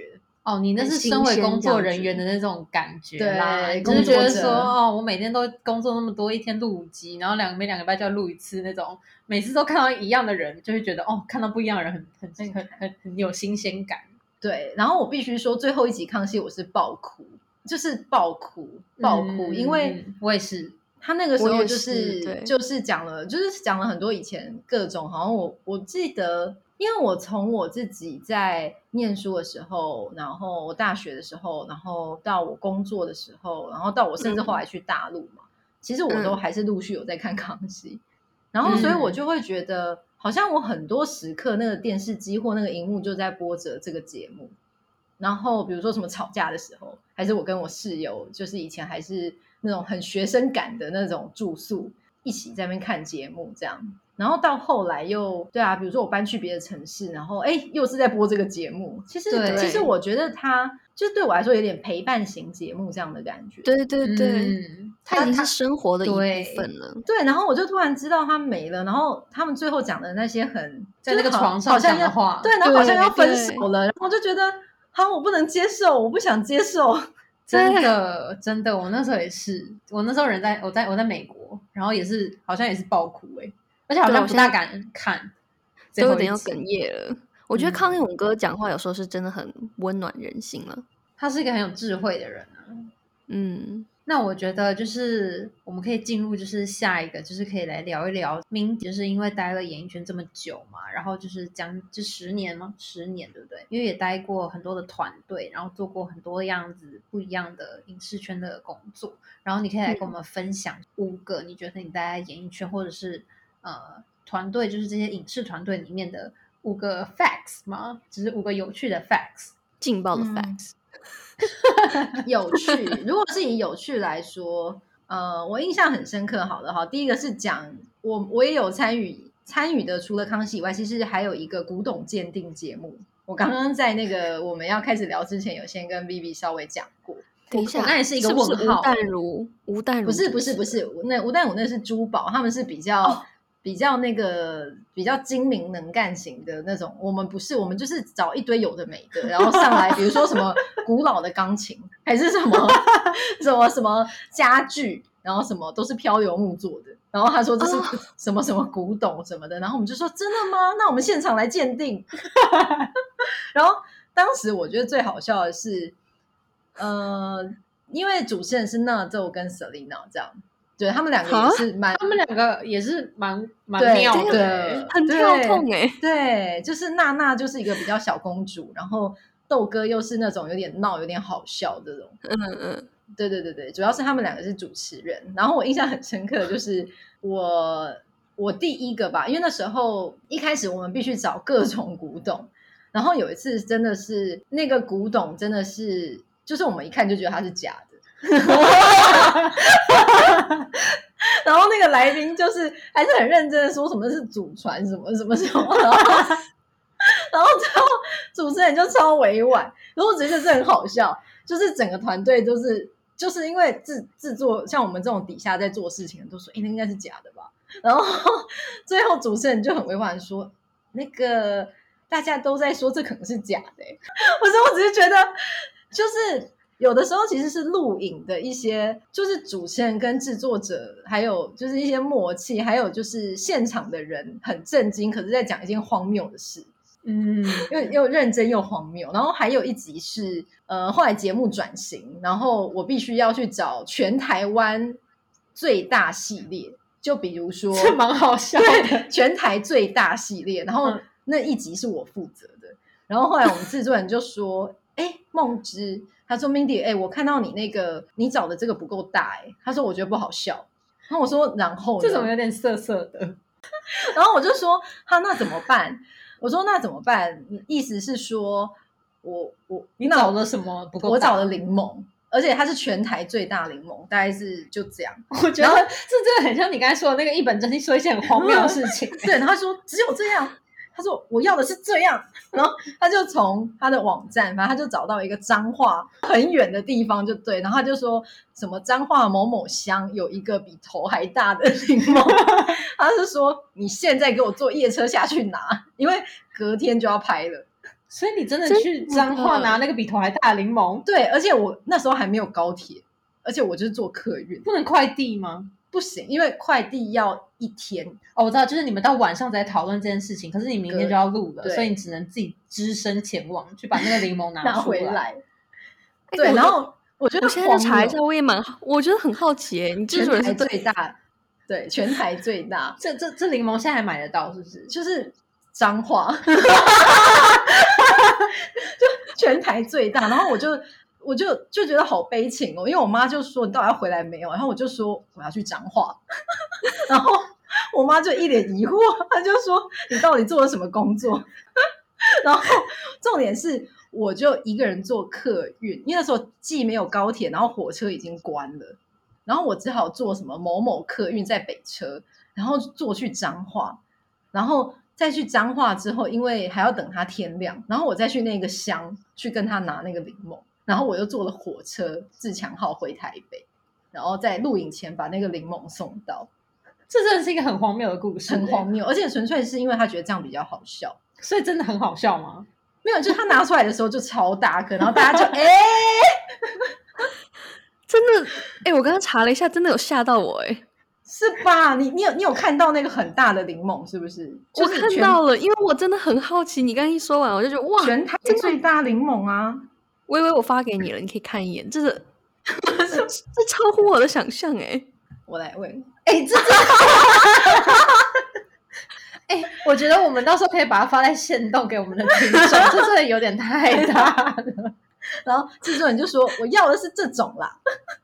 哦，你那是身为工作人员的那种感觉啦， 对， 就是觉得说哦，我每天都工作那么多，一天录5集，然后每2个礼拜就要录一次那种，每次都看到一样的人，就会觉得哦，看到不一样的人很有新鲜感。 对，然后我必须说，最后一集康熙我是爆哭，就是爆哭，因为我也是。 他那个时候就是讲了很多以前各种，好像我记得，因为我从我自己在念书的时候，然后我大学的时候，然后到我工作的时候，然后到我甚至后来去大陆嘛，其实我都还是陆续有在看康熙，然后所以我就会觉得好像我很多时刻那个电视机或那个荧幕就在播着这个节目，然后比如说什么吵架的时候，还是我跟我室友就是以前还是那种很学生感的那种住宿，一起在那边看节目这样，然后到后来又对啊，比如说我搬去别的城市，然后又是在播这个节目，其实我觉得它就对我来说有点陪伴型节目这样的感觉。 对对对，它已经是生活的一部分了。 对，然后我就突然知道它没了，然后他们最后讲的那些在那个床上讲的话， 对，然后好像要分手了，然后我就觉得好，我不能接受，我不想接受。 真的，我那时候也是，我那时候我在美国，然后好像也是爆哭而且好像不大敢看， 都有点要哽咽了。我觉得康永哥讲话有时候是真的很温暖人心了， 他是一个很有智慧的人啊。那我觉得就是我们可以进入就是下一个，就是可以来聊一聊Mindy，就是因为待了演艺圈这么久嘛，然后就是就10年吗？10年对不对？因为也待过很多的团队，然后做过很多样子不一样的影视圈的工作，然后你可以来跟我们分享5个你觉得你待在演艺圈或者是团队，就是这些影视团队里面的5个 facts 吗？只是5个有趣的 facts， 劲爆的 facts。 有趣，如果是以有趣来说，我印象很深刻。好的，第一个是讲我也有参与的，除了康熙以外，其实还有一个古董鉴定节目。我刚刚在那个我们要开始聊之前，有先跟 Vivi 稍微讲过。 等一下， 那也是一个问号。 是不是吴淡如？ 不是，那吴淡如那是珠宝，他们是比较那个比较精明能干型的那种，我们不是，我们就是找一堆有的没的，然后上来，比如说什么古老的钢琴，还是什么家具，然后什么都是漂流木做的，然后他说这是什么什么古董什么的，然后我们就说真的吗？那我们现场来鉴定。然后当时我觉得最好笑的是，因为主持人是纳豆跟 Selina 这样。对，他们两个也是蛮妙的， 很跳痛对，就是娜娜就是一个比较小公主，然后豆哥又是那种有点闹有点好笑这种。对，主要是他们两个是主持人。然后我印象很深刻的就是我第一个吧，因为那时候一开始我们必须找各种古董，然后有一次真的是那个古董真的是就是我们一看就觉得它是假的。然后那个来宾就是还是很认真的说什么是祖传什么什么什么，然后最后主持人就超委婉，然后我觉得这很好笑，就是整个团队就是因为制作像我们这种底下在做事情的都说那应该是假的吧，然后最后主持人就很委婉说那个大家都在说这可能是假的。我只是觉得就是有的时候其实是录影的一些就是主持人跟制作者还有就是一些默契，还有就是现场的人很震惊，可是在讲一件荒谬的事，又认真又荒谬。然后还有一集是后来节目转型，然后我必须要去找全台湾最大系列，就比如说这蛮好笑的， 全台最大系列，然后那一集是我负责的。然后后来我们制作人就说梦之他说 Mindy 我看到你那个你找的这个不够大他说我觉得不好笑。然后我说然后呢， 这种有点色色的。 然后我就说那怎么办？我说那怎么办？意思是说你找了什么不够大？ 我找了柠檬，而且它是全台最大柠檬，大概是就这样。 我觉得这真的很像你刚才说的那个一本正经说一些很荒谬的事情。 对，然后他说只有这样，他说我要的是这样，然后他就从他的网站，反正他就找到一个彰化很远的地方，就对，然后他就说什么彰化某某乡有一个比头还大的柠檬，他是说你现在给我坐夜车下去拿，因为隔天就要拍了。 所以你真的去彰化拿那个比头还大的柠檬？ 对，而且我那时候还没有高铁，而且我就是坐客运。 不能快递吗？ 不行，因为快递要1天。 哦，我知道，就是你们到晚上再讨论这件事情，可是你明天就要录了，所以你只能自己只身前往去把那个柠檬拿回来。 欸、 对，然后我觉得我现在就查一下，我觉得很好奇耶，你全台最大，对，全台最大。 这柠檬现在还买得到是不是？ 就是彰化，就全台最大。然后我就觉得好悲情哦，因为我妈就说你到底要回来没有？然后我就说我要去彰化，然后我妈就一脸疑惑，她就说你到底做了什么工作？然后重点是我就一个人坐客运，因为那时候既没有高铁，然后火车已经关了，然后我只好坐什么某某客运在北车，然后坐去彰化，然后再去彰化之后，因为还要等它天亮，然后我再去那个乡去跟他拿那个柠檬，然后我又坐了火车自强号回台北，然后在录影前把那个柠檬送到。 这真的是一个很荒谬的故事， 很荒谬，而且纯粹是因为他觉得这样比较好笑。 所以真的很好笑吗？ 没有，就是他拿出来的时候就超大颗，然后大家就真的我刚刚查了一下，真的有吓到我是吧？你有看到那个很大的柠檬是不是？ 我看到了，因为我真的很好奇。你刚刚一说完，我就觉得哇， 全台最大柠檬啊！ 微微，我发给你了，你可以看一眼。这超乎我的想象我来问， 这我觉得我们到时候可以把它发在限动给我们的听众，这真的有点太大了。 然后制作人就说：“我要的是这种啦。”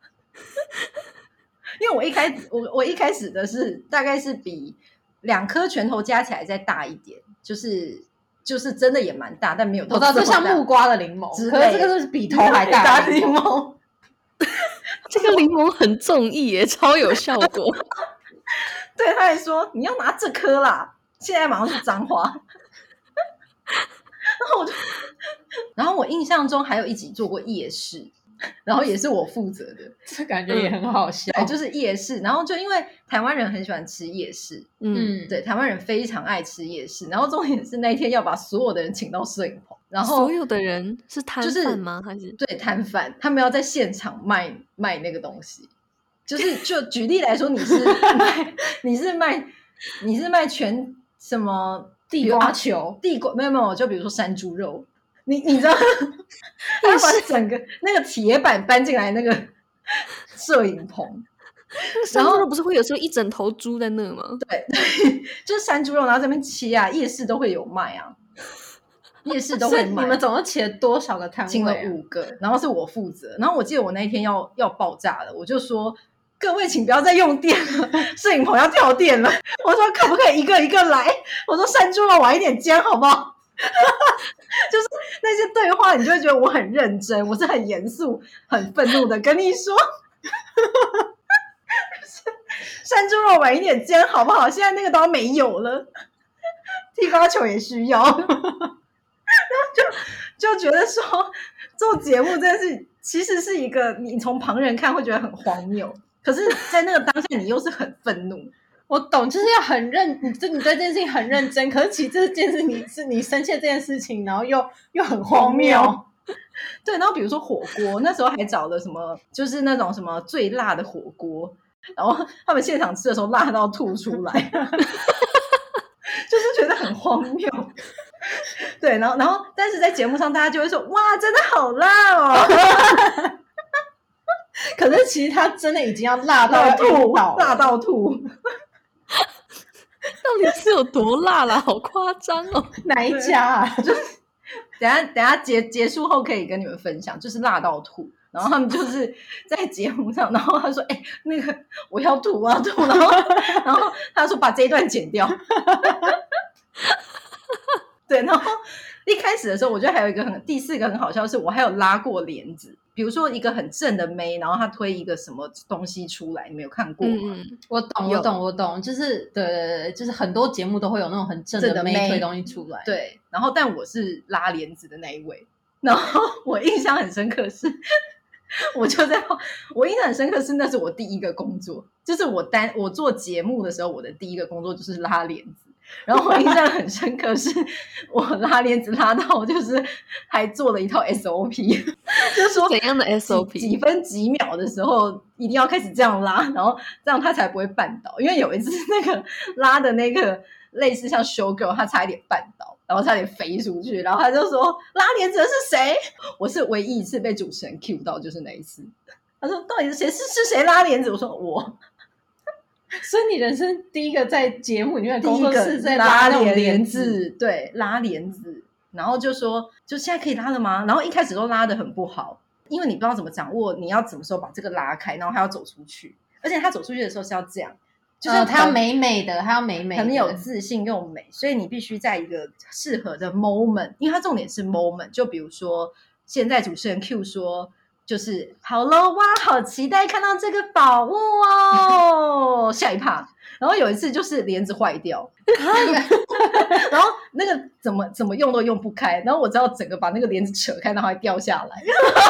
因为我一开始的是大概是比2颗拳头加起来再大一点，就是真的也蛮大，但没有到这么大。 我知道，就像木瓜的柠檬，可是这个是比头还大的柠檬。 这个柠檬很综艺耶，超有效果。 对，他还说你要拿这颗啦，现在马上去彰化。然后我印象中还有一集做过夜市，然后也是我负责的， 这感觉也很好笑。 就是夜市，然后就因为台湾人很喜欢吃夜市，对，台湾人非常爱吃夜市。然后重点是那一天要把所有的人请到摄影棚，然后所有的人是摊贩吗？还是对摊贩，他们要在现场卖那个东西。就举例来说，你是卖全什么地瓜球、 没有，就比如说山猪肉，你知道，他把整个那个铁板搬进来那个摄影棚。 山猪肉不是会有时候一整头猪在那吗？ 对，就是山猪肉，然后这边切啊，夜市都会有卖啊，夜市都会卖。 你们总共切了多少个摊位？ 请了5个，然后是我负责。然后我记得我那一天要爆炸了，我就说各位请不要再用电了，摄影棚要跳电了。我说可不可以一个一个来？我说山猪肉晚一点煎好不好？就是那些对话，你就会觉得我很认真，我是很严肃、很愤怒的跟你说，山猪肉晚一点煎好不好？现在那个都没有了，踢发球也需要，然后就觉得说做节目真的是，其实是一个你从旁人看会觉得很荒谬，可是在那个当下你又是很愤怒。 我懂，就是要很你对这件事情很认真，可是其实这件事你生气这件事情，然后又很荒谬。 对，然后比如说火锅，那时候还找了什么，就是那种什么最辣的火锅，然后他们现场吃的时候辣到吐出来，就是觉得很荒谬。对，然后但是在节目上大家就会说哇，真的好辣哦。 可是其实他真的已经要辣到吐， 辣到吐。 到底是有多辣啦？好夸张哦！ 哪一家啊？ 就是等下结束后可以跟你们分享，就是辣到吐。然后他们就是在节目上，然后他说：“那个我要吐，我要吐。”然后他说：“把这一段剪掉。”对，然后一开始的时候，我觉得还有一个第4个很好笑的是，我还有拉过帘子。比如说一个很正的妹，然后她推一个什么东西出来，你没有看过吗？ 我懂，就是对，就是很多节目都会有那种很正的妹推东西出来。 对，然后但我是拉帘子的那一位，然后我印象很深刻是，我印象很深刻是那是我第一个工作，就是我做节目的时候，我的第一个工作就是拉帘子。 然后我印象很深刻是我拉帘子拉到就是还做了一套 SOP 就是说怎样的 SOP 几分几秒的时候一定要开始这样拉，然后这样他才不会绊倒。因为有一次那个拉的那个类似像 show girl 他差一点绊倒，然后差点飞出去，然后他就说拉帘子的是谁？我是唯一一次被主持人 cue 到，就是那一次。他说到底是谁？是谁拉帘子？我说我。 所以你人生第一个在节目里面的工作是在拉那种帘子，对，拉帘子，然后就说就现在可以拉了吗？然后一开始都拉得很不好，因为你不知道怎么掌握你要什么时候把这个拉开，然后他要走出去，而且他走出去的时候是要这样， 就是他要美美的，他要美美的， 很有自信又美，所以你必须在一个适合的 moment， 因为他重点是 moment， 就比如说现在主持人 Q 说就是好了哇，好期待看到这个宝物哦，下一趴。然后有一次就是帘子坏掉然后那个怎么用都用不开，然后我只要整个把那个帘子扯开，然后还掉下来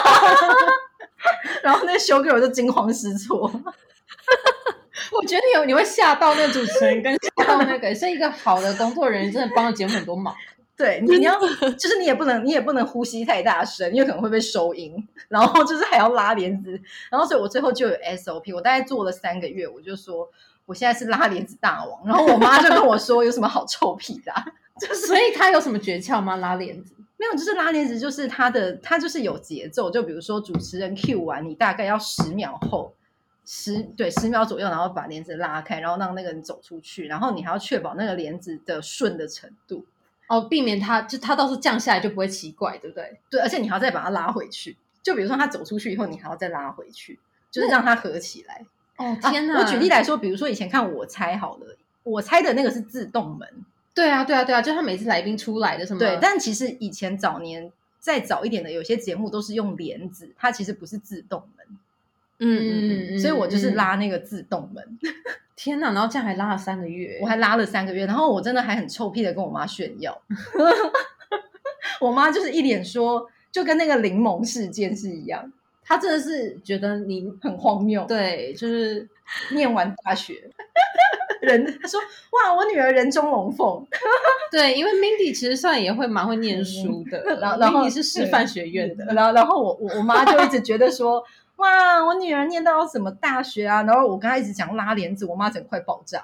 然后那个show girl就惊慌失措我觉得你会吓到那个主持人跟吓到那个，所以一个好的工作人员真的帮了节目很多忙。 对，你要就是你也不能呼吸太大声，因为可能会被收音，然后就是还要拉帘子，然后所以我最后就有 SOP， 我大概做了3个月，我就说我现在是拉帘子大王，然后我妈就跟我说有什么好臭屁的所以他有什么诀窍吗？拉帘子没有，就是拉帘子就是它就是有节奏，就比如说主持人 cue 完，你大概要10秒后10秒左右，然后把帘子拉开，然后让那个人走出去，然后你还要确保那个帘子的顺的程度哦，避免他到时候降下来就不会奇怪，对不对？ 对，而且你还要再把它拉回去，就比如说他走出去以后，你还要再拉回去，就是让它合起来。 哦天哪！ 我举例来说，比如说以前看我猜好了，我猜的那个是自动门。 对啊，就是他每次来宾出来的什么？ 对，但其实以前早年再早一点的有些节目都是用帘子，它其实不是自动门。所以我就是拉那个自动门。 天哪！然后这样还拉了3个月， 我还拉了3个月，然后我真的还很臭屁的跟我妈炫耀。我妈就是一脸说，就跟那个柠檬事件是一样， 她真的是觉得你很荒谬。 对，就是念完大学。她说哇，我女儿人中龙凤。 对，因为 Mindy 其实算也会蛮会念书的， 然后 Mindy 是师范学院的， 然后我妈就一直觉得说哇，我女儿念到什么大学啊？然后我跟她一直讲拉帘子，我妈整个快爆炸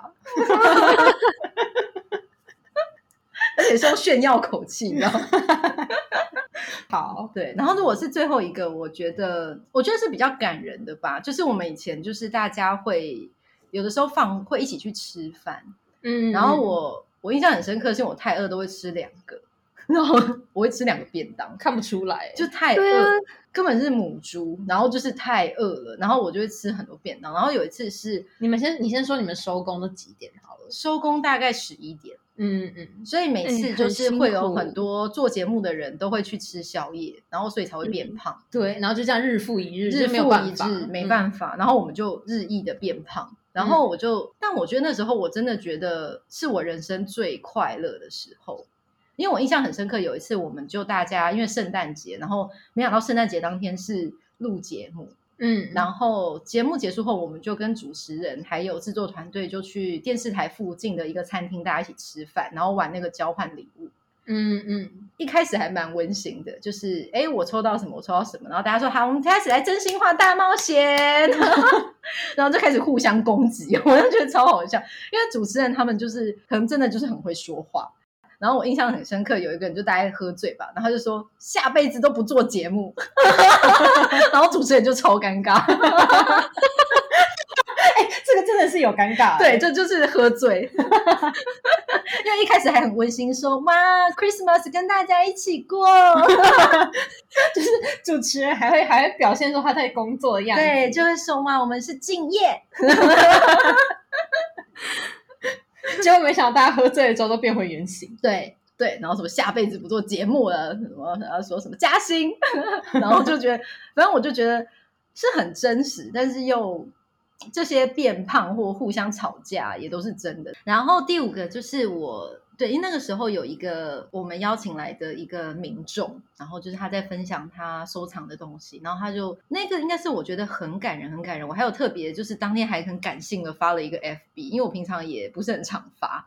而且是用炫耀口气，你知道吗？ 好， 对。然后如果是最后一个，我觉得是比较感人的吧，就是我们以前就是大家会有的时候会一起去吃饭，然后我印象很深刻，是因为我太饿都会吃2个，然后我会吃2个便当， 看不出来， 就太饿，根本是母猪，然后就是太饿了，然后我就会吃很多便当。然后有一次是你先说你们收工都几点好了？ 收工大概11点。所以每次就是会有很多做节目的人都会去吃宵夜，然后所以才会变胖。 对，然后就这样日复一日， 日复一日，没办法。然后我们就日益的变胖。然后但我觉得那时候我真的觉得是我人生最快乐的时候，因为我印象很深刻，有一次我们就大家因为圣诞节，然后没想到圣诞节当天是录节目。然后节目结束后，我们就跟主持人还有制作团队就去电视台附近的一个餐厅，大家一起吃饭，然后玩那个交换礼物。一开始还蛮温馨的，就是我抽到什么我抽到什么，然后大家说好，我们开始来真心话大冒险然后就开始互相攻击，我就觉得超好笑，因为主持人他们就是可能真的就是很会说话。然后我印象很深刻，有一个人就大概喝醉吧，然后就说下辈子都不做节目然后主持人就超尴尬这个真的是有尴尬， 对，这就是喝醉因为一开始还很温馨说哇 Christmas 跟大家一起过就是主持人还会表现说他在工作的样子， 对，就会说哇我们是敬业结果没想到大家喝醉了之后都变回原形， 对，然后什么下辈子不做节目了，什么然后说什么加薪然后就觉得反正我就觉得是很真实，但是又这些变胖或互相吵架也都是真的。然后第5个就是因为那个时候有一个我们邀请来的一个民众，然后就是他在分享他收藏的东西，然后他就那个应该是我觉得很感人。我还有特别就是当天还很感性的发了一个 FB， 因为我平常也不是很常发，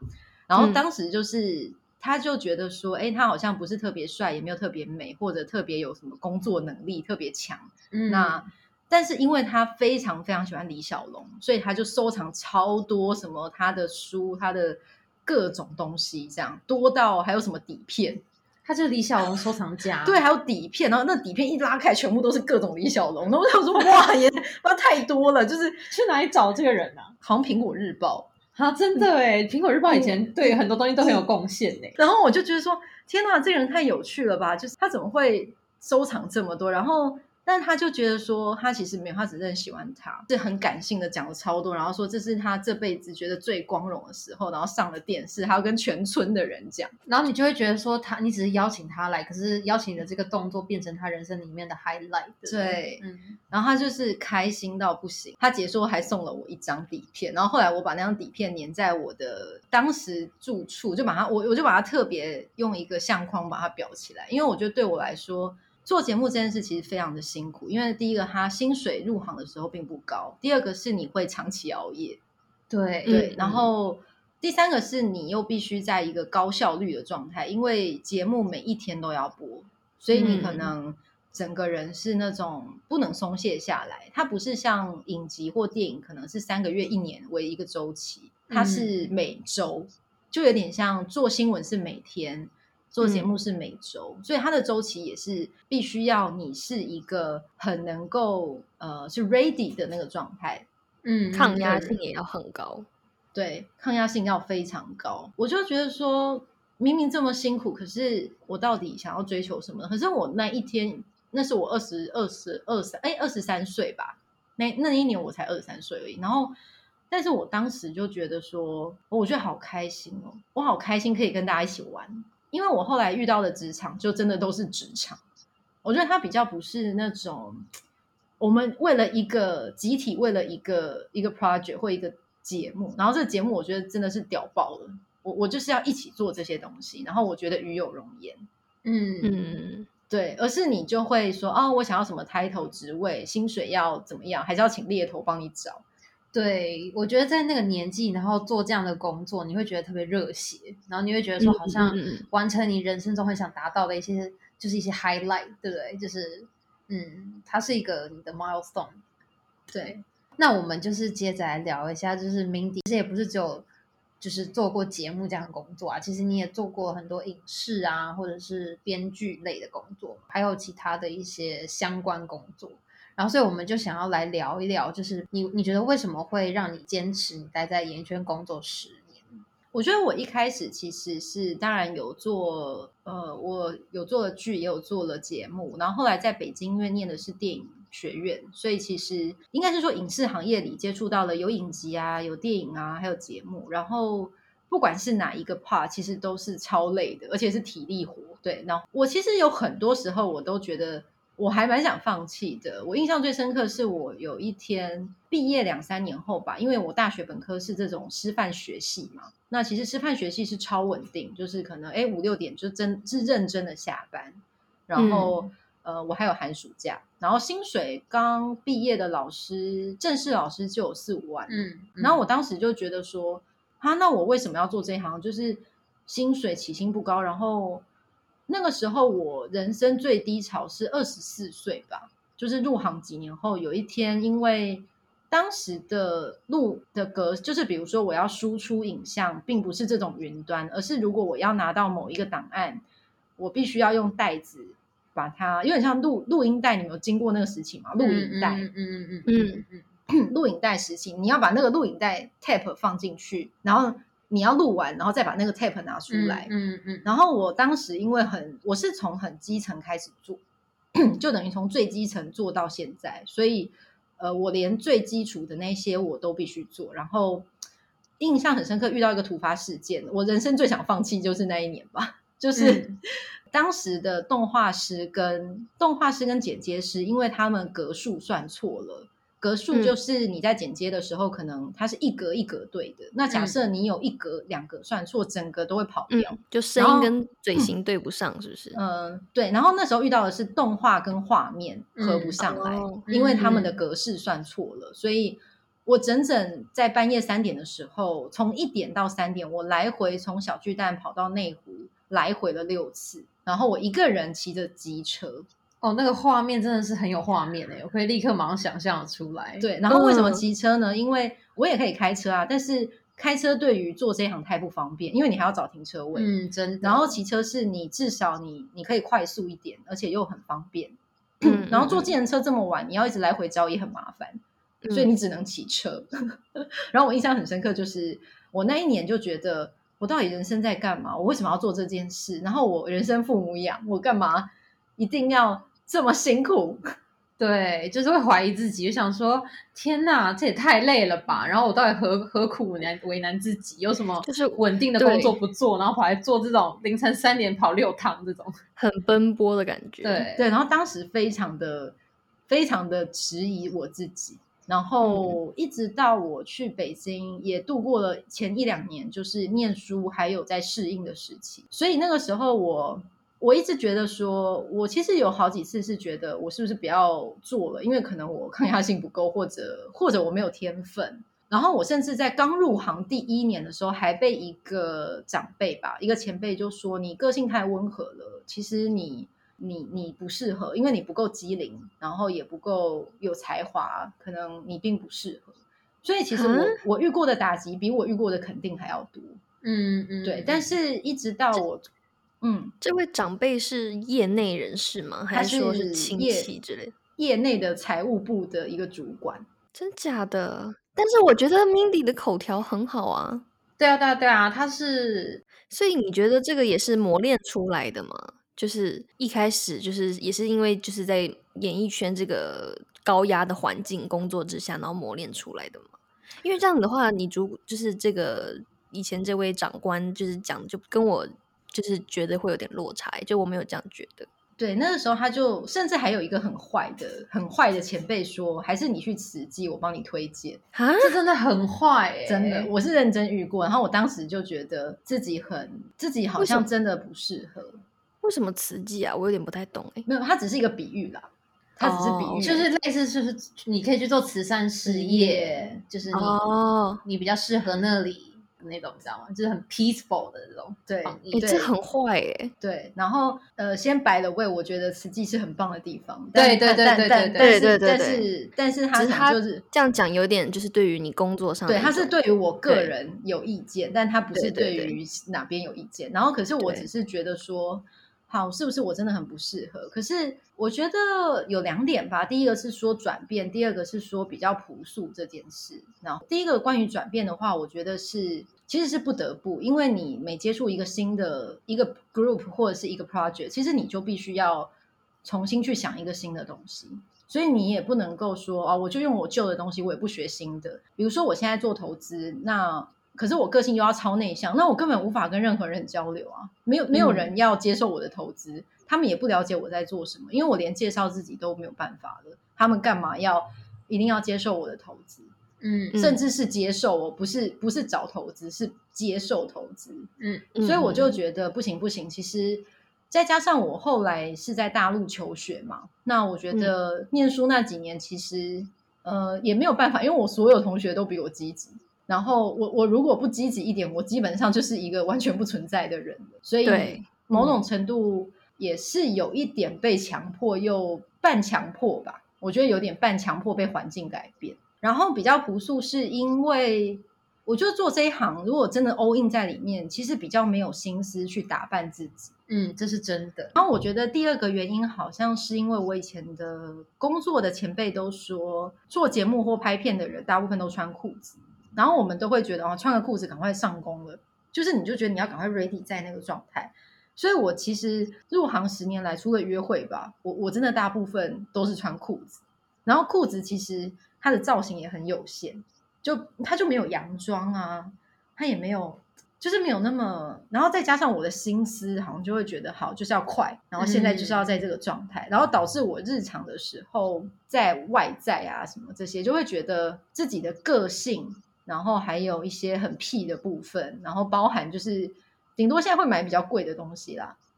然后当时就是他就觉得说他好像不是特别帅，也没有特别美，或者特别有什么工作能力特别强，那但是因为他非常非常喜欢李小龙，所以他就收藏超多什么他的书，他的各种东西，这样多到还有什么底片， 他就是李小龙收藏家。 对，还有底片，然后那底片一拉开全部都是各种李小龙，然后我想说哇也太多了，就是去哪里找这个人啊？ 好像苹果日报啊，真的耶，苹果日报以前对很多东西都很有贡献耶。 然后我就觉得说天哪，这个人太有趣了吧，就是他怎么会收藏这么多，然后但他就觉得说他其实没有，他只是很喜欢他，是很感性的讲了超多，然后说这是他这辈子觉得最光荣的时候，然后上了电视还要跟全村的人讲， 然后你就会觉得说你只是邀请他来，可是邀请的这个动作变成他人生里面的 highlight。 对，然后他就是开心到不行，他结束还送了我一张底片，然后后来我把那张底片粘在我的当时住处，就把它我就把它特别用一个相框把它裱起来，因为我觉得对我来说做节目这件事其实非常的辛苦，因为第一个他薪水入行的时候并不高，第二个是你会长期熬夜，对，然后第三个是你又必须在一个高效率的状态，因为节目每一天都要播，所以你可能整个人是那种不能松懈下来，它不是像影集或电影可能是3个月1年为一个周期，它是每周，就有点像做新闻是每天，做节目是每周，所以它的周期也是必须要你是一个很能够是 ready 的那个状态， 抗压性也要很高， 对，抗压性要非常高。我就觉得说明明这么辛苦，可是我到底想要追求什么？可是我那一天，那是我23岁吧，那一年我才23岁而已，然后但是我当时就觉得说我觉得好开心哦，我好开心可以跟大家一起玩，因为我后来遇到的职场就真的都是职场，我觉得它比较不是那种我们为了一个集体，为了一个 project 或一个节目，然后这个节目我觉得真的是屌爆了，我就是要一起做这些东西，然后我觉得与有荣焉，对，而是你就会说我想要什么 title 职位，薪水要怎么样，还是要请猎头帮你找。 对，我觉得在那个年纪然后做这样的工作你会觉得特别热血，然后你会觉得说好像完成你人生中很想达到的一些就是一些 highlight， 对不对？就是它是一个你的 milestone。 对，那我们就是接着来聊一下，就是 Mindy 其实也不是只有就是做过节目这样的工作啊，其实你也做过很多影视啊或者是编剧类的工作，还有其他的一些相关工作，然后所以我们就想要来聊一聊，就是你觉得为什么会让你坚持你待在演艺圈工作10年？ 我觉得我一开始其实是当然有做我有做了剧，也有做了节目，然后后来在北京因为念的是电影学院，所以其实应该是说影视行业里接触到了有影集啊，有电影啊，还有节目，然后不管是哪一个 part 其实都是超累的，而且是体力活。对，然后我其实有很多时候我都觉得我还蛮想放弃的。我印象最深刻是我有一天毕业2-3年后吧，因为我大学本科是这种师范学系嘛，那其实师范学系是超稳定，就是可能5-6点就真是认真的下班，然后我还有寒暑假，然后薪水刚毕业的老师正式老师就有4-5万，然后我当时就觉得说那我为什么要做这一行，就是薪水起薪不高，然后那个时候我人生最低潮是24岁吧，就是入行几年后有一天，因为当时的录的就是比如说我要输出影像并不是这种云端，而是如果我要拿到某一个档案，我必须要用袋子把它，有点像录音带，你们有经过那个时期吗？录影带录影带时期，你要把那个录影带 tape 放进去，然后你要录完，然后再把那个 tape 拿出来。然后我当时因为我是从很基层开始做，就等于从最基层做到现在，所以我连最基础的那些我都必须做。然后印象很深刻，遇到一个突发事件，我人生最想放弃就是那一年吧，就是当时的动画师跟剪接师，因为他们格数算错了。格数就是你在剪接的时候可能它是一格一格对的，那假设你有1格2格算错，整个都会跑掉， 就声音跟嘴型对不上，是不是？ 对，然后那时候遇到的是动画跟画面合不上来，因为他们的格式算错了，所以我整整在半夜3点的时候，从1点到3点，我来回从小巨蛋跑到内湖，来回了6次，然后我一个人骑着机车。 哦，那个画面真的是很有画面我可以立刻马上想象出来。 对，然后为什么骑车呢？因为我也可以开车啊，但是开车对于做这一行太不方便，因为你还要找停车位。 真的。 然后骑车是你至少你可以快速一点，而且又很方便。然后坐计程车这么晚，你要一直来回找也很麻烦，所以你只能骑车。然后我印象很深刻，就是我那一年就觉得我到底人生在干嘛？我为什么要做这件事？然后我人生父母养，我干嘛一定要这么辛苦？ 对，就是会怀疑自己，就想说天哪，这也太累了吧，然后我到底何苦为难自己？有什么就是稳定的工作不做，然后跑来做这种凌晨3点跑6趟这种很奔波的感觉。 对，然后当时非常的质疑我自己，然后一直到我去北京也度过了前1-2年就是念书还有在适应的时期。所以那个时候我一直觉得说，我其实有好几次是觉得我是不是不要做了，因为可能我抗压性不够，或者我没有天分。然后我甚至在刚入行第1年的时候，还被一个长辈吧，一个前辈就说，你个性太温和了，其实你不适合，因为你不够机灵，然后也不够有才华，可能你并不适合。所以其实我遇过的打击比我遇过的肯定还要多。对，但是一直到我这位长辈是业内人士吗？还是说是亲戚之类的？ 业内的财务部的一个主管。 真假的？但是我觉得 Mindy 的口条很好啊。 对啊，他是。 所以你觉得这个也是磨练出来的吗？就是一开始就是也是因为就是在演艺圈这个高压的环境工作之下，然后磨练出来的吗？因为这样的话，你就是这个以前这位长官就是讲，就跟我就是觉得会有点落差，就我没有这样觉得。 对，那个时候他就甚至还有一个很坏的前辈说，还是你去慈济，我帮你推荐。 这真的很坏真的，我是认真遇过。然后我当时就觉得自己好像真的不适合。 为什么慈济啊？我有点不太懂没有，它只是一个比喻啦。它只是比喻， 就是类似，就是你可以去做慈善事业，就是你比较适合那里。那种你知道吗？就是很 peaceful 的这种防疫。 这很坏耶。 对，然后先摆了位，我觉得慈济是很棒的地方。 对， 但是他就是这样讲，有点就是对于你工作上的， 对，他是对于我个人有意见，但他不是对于哪边有意见。然后可是我只是觉得说，好，是不是我真的很不适合？可是我觉得有2点吧。第一个是说转变，第二个是说比较朴素这件事。然后第一个关于转变的话，我觉得其实是不得不，因为你每接触一个新的一个 group 或者是一个 project， 其实你就必须要重新去想一个新的东西。所以你也不能够说我就用我旧的东西，我也不学新的。比如说我现在做投资，可是我个性又要超内向，那我根本无法跟任何人交流啊！没有人要接受我的投资，他们也不了解我在做什么，因为我连介绍自己都没有办法了，他们干嘛一定要接受我的投资？甚至是接受我，不是找投资，是接受投资。所以我就觉得不行。其实再加上我后来是在大陆求学嘛，那我觉得念书那几年其实也没有办法，因为我所有同学都比我积极。然后我如果不积极一点，我基本上就是一个完全不存在的人。所以某种程度也是有一点被强迫又半强迫吧，我觉得有点半强迫被环境改变。然后比较朴素是因为我觉得做这一行如果真的 all in 在里面，其实比较没有心思去打扮自己。 这是真的。 然后我觉得第二个原因好像是因为我以前的工作的前辈都说，做节目或拍片的人大部分都穿裤子，然后我们都会觉得穿个裤子赶快上工了，就是你就觉得你要赶快 ready 在那个状态。所以我其实入行10年来，除了约会吧，我真的大部分都是穿裤子。然后裤子其实它的造型也很有限，它就没有洋装啊，它也没有，就是没有那么，然后再加上我的心思好像就会觉得好就是要快，然后现在就是要在这个状态，然后导致我日常的时候在外在啊什么这些，就会觉得自己的个性，然后还有一些很屁的部分，然后包含就是顶多现在会买比较贵的东西啦，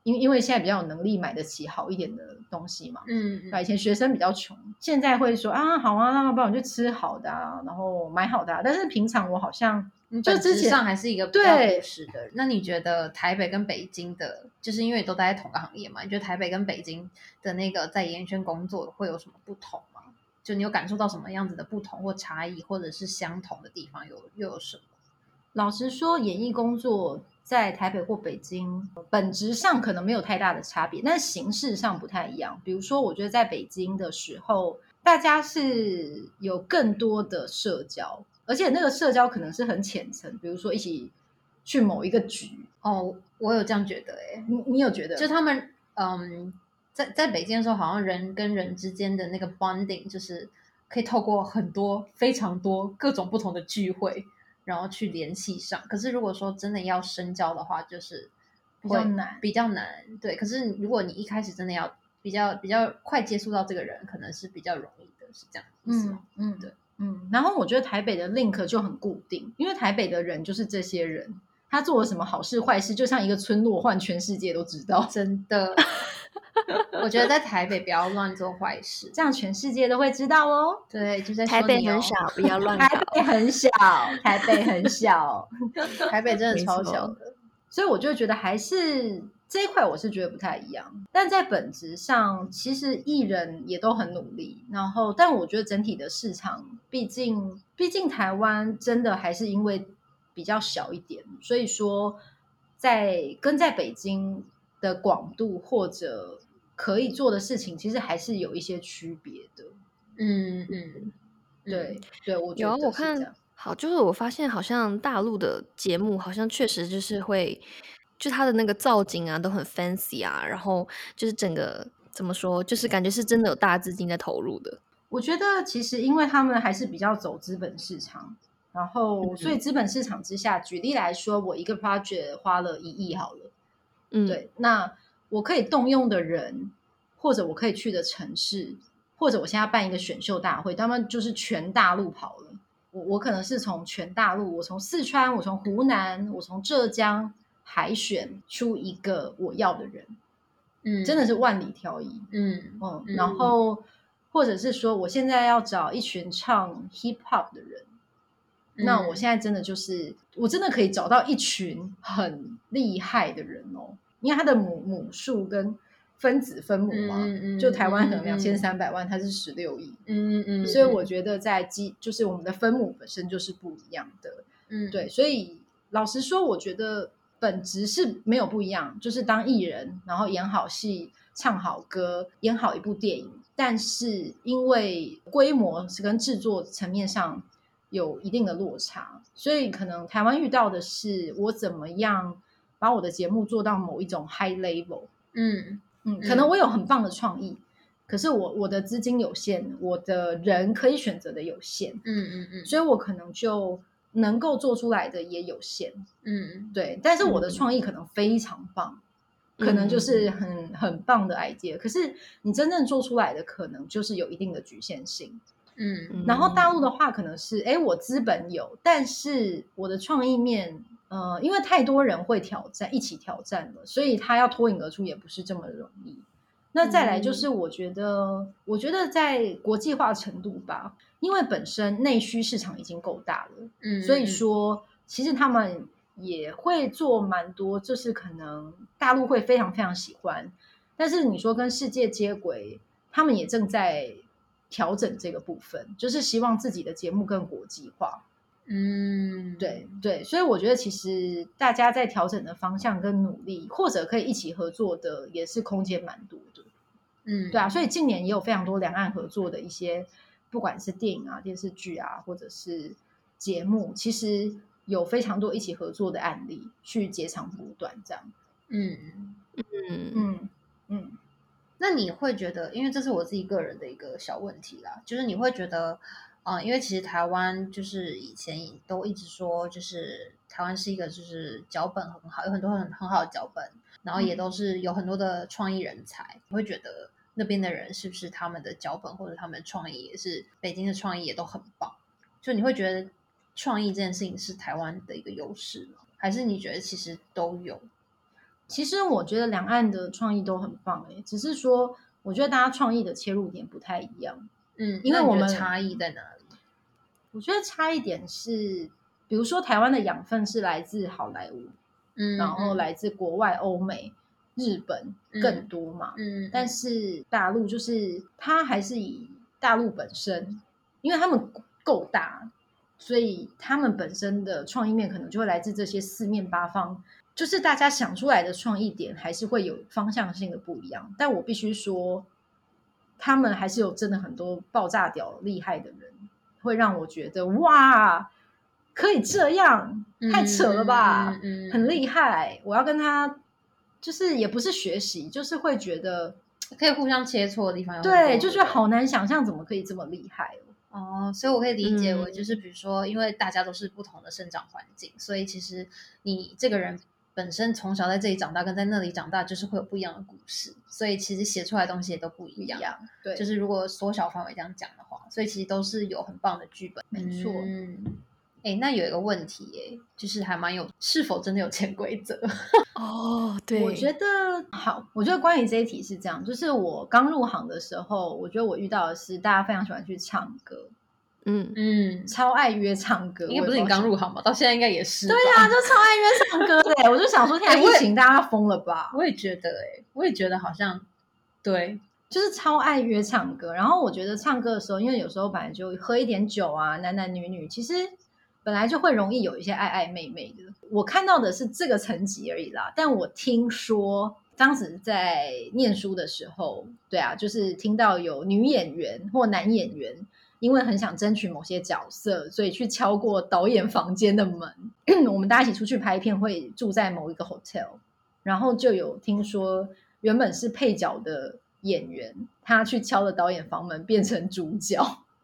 因为现在比较有能力买得起好一点的东西嘛， 对， 以前学生比较穷，现在会说啊好啊，那不然我就吃好的啊，然后买好的啊，但是平常我好像就之前上还是一个比较朴实的人。那你觉得台北跟北京的，就是因为都待在同个行业嘛，你觉得台北跟北京的那个在演艺圈工作会有什么不同吗？就你有感受到什么样子的不同或差异，或者是相同的地方又有什么？ 老实说，演艺工作在台北或北京本质上可能没有太大的差别，但形式上不太一样。比如说，我觉得在北京的时候，大家是有更多的社交，而且那个社交可能是很浅层，比如说一起去某一个局。 我有这样觉得你有觉得？ 就他们在北京的时候，好像人跟人之间的那个 bonding 就是可以透过很多非常多各种不同的聚会然后去联系上。可是如果说真的要深交的话，就是比较难。对，可是如果你一开始真的要比较快接触到这个人，可能是比较容易的，是这样意思吗？对， 然后我觉得台北的 link 就很固定，因为台北的人就是这些人，他做了什么好事坏事，就像一个村落换全世界都知道， 真的。我觉得在台北不要乱做坏事， 这样全世界都会知道哦。 对，就在台北很小，不要乱搞。 台北很小，台北很小， 台北真的超小的， 所以我就觉得还是这一块我是觉得不太一样。但在本质上，其实艺人也都很努力。然后，但我觉得整体的市场，毕竟台湾真的还是因为比较小一点，所以说在北京的广度或者可以做的事情，其实还是有一些区别的。对，我觉得有啊，我看好，就是我发现好像大陆的节目好像确实就是会，就它的那个造景啊都很 fancy 啊，然后就是整个怎么说，就是感觉是真的有大资金在投入的。 我觉得其实因为他们还是比较走资本市场，然后所以资本市场之下，举例来说，我一个 project 花了1亿好了，对，那我可以动用的人，或者我可以去的城市，或者我现在办一个选秀大会，他们就是全大陆跑了。我可能是从全大陆，我从四川，我从湖南，我从浙江海选出一个我要的人，真的是万里挑一，然后或者是说我现在要找一群唱 hip hop 的人，那我现在真的就是我真的可以找到一群很厉害的人哦，因为他的母数跟分子分母嘛，就台湾可能2300万，它是16亿，所以我觉得就是我们的分母本身就是不一样的，对，所以老实说，我觉得本质是没有不一样，就是当艺人，然后演好戏、唱好歌、演好一部电影，但是因为规模是跟制作层面上有一定的落差，所以可能台湾遇到的是我怎么样把我的节目做到某一种 high level，可能我有很棒的创意，可是我的资金有限，我的人可以选择的有限，所以我可能就能够做出来的也有限，对，但是我的创意可能非常棒，可能就是很棒的 idea，可是你真正做出来的可能就是有一定的局限性，然后大陆的话可能是我资本有，但是我的创意面因为太多人会一起挑战了，所以他要脱颖而出也不是这么容易。那再来就是我觉得在国际化程度吧，因为本身内需市场已经够大了，所以说其实他们也会做蛮多，就是可能大陆会非常非常喜欢，但是你说跟世界接轨，他们也正在调整这个部分，就是希望自己的节目更国际化。对，所以我觉得其实大家在调整的方向跟努力，或者可以一起合作的，也是空间蛮多的。对啊，所以近年也有非常多两岸合作的一些，不管是电影啊、电视剧啊，或者是节目，其实有非常多一起合作的案例，去截长补短这样。 那你会觉得，因为这是我自己个人的一个小问题啦，就是你会觉得，因为其实台湾就是以前都一直说，就是台湾是一个就是脚本很好，有很多很好的脚本，然后也都是有很多的创意人才。你会觉得那边的人是不是他们的脚本或者他们的创意也是北京的创意也都很棒？就你会觉得创意这件事情是台湾的一个优势吗？还是你觉得其实都有？ 其实我觉得两岸的创意都很棒只是说我觉得大家创意的切入点不太一样。因为我们差异在哪里？ 我觉得差一点是，比如说台湾的养分是来自好莱坞，然后来自国外欧美、日本更多嘛。但是大陆就是它还是以大陆本身，因为他们够大，所以他们本身的创意面可能就会来自这些四面八方，就是大家想出来的创意点还是会有方向性的不一样。但我必须说，他们还是有真的很多爆炸屌厉害的人，会让我觉得哇，可以这样，太扯了吧，很厉害。我要跟他，就是也不是学习，就是会觉得可以互相切磋的地方有很多。 对，就觉得好难想象怎么可以这么厉害所以我可以理解为就是比如说因为大家都是不同的生长环境，所以其实你这个人本身从小在这里长大跟在那里长大就是会有不一样的故事，所以其实写出来的东西也都不一样。 对， 就是如果缩小范围这样讲的话，所以其实都是有很棒的剧本。 没错。 那有一个问题就是还蛮有，是否真的有潜规则？ 对， 我觉得好，我觉得关于这一题是这样，就是我刚入行的时候，我觉得我遇到的是大家非常喜欢去唱歌，超爱约唱歌。 应该不是你刚入行吧？到现在应该也是。 对啊，就超爱约唱歌的我就想说，天啊，疫情大家疯了吧？ 我也觉得我也觉得好像对， 就是超爱约唱歌。然后我觉得唱歌的时候，因为有时候本来就喝一点酒啊，男男女女，其实本来就会容易有一些爱爱妹妹的。我看到的是这个层级而已啦，但我听说当时在念书的时候，对啊，就是听到有女演员或男演员因为很想争取某些角色，所以去敲过导演房间的门我们大家一起出去拍片会住在某一个 hotel， 然后就有听说原本是配角的演员他去敲了导演房门变成主角。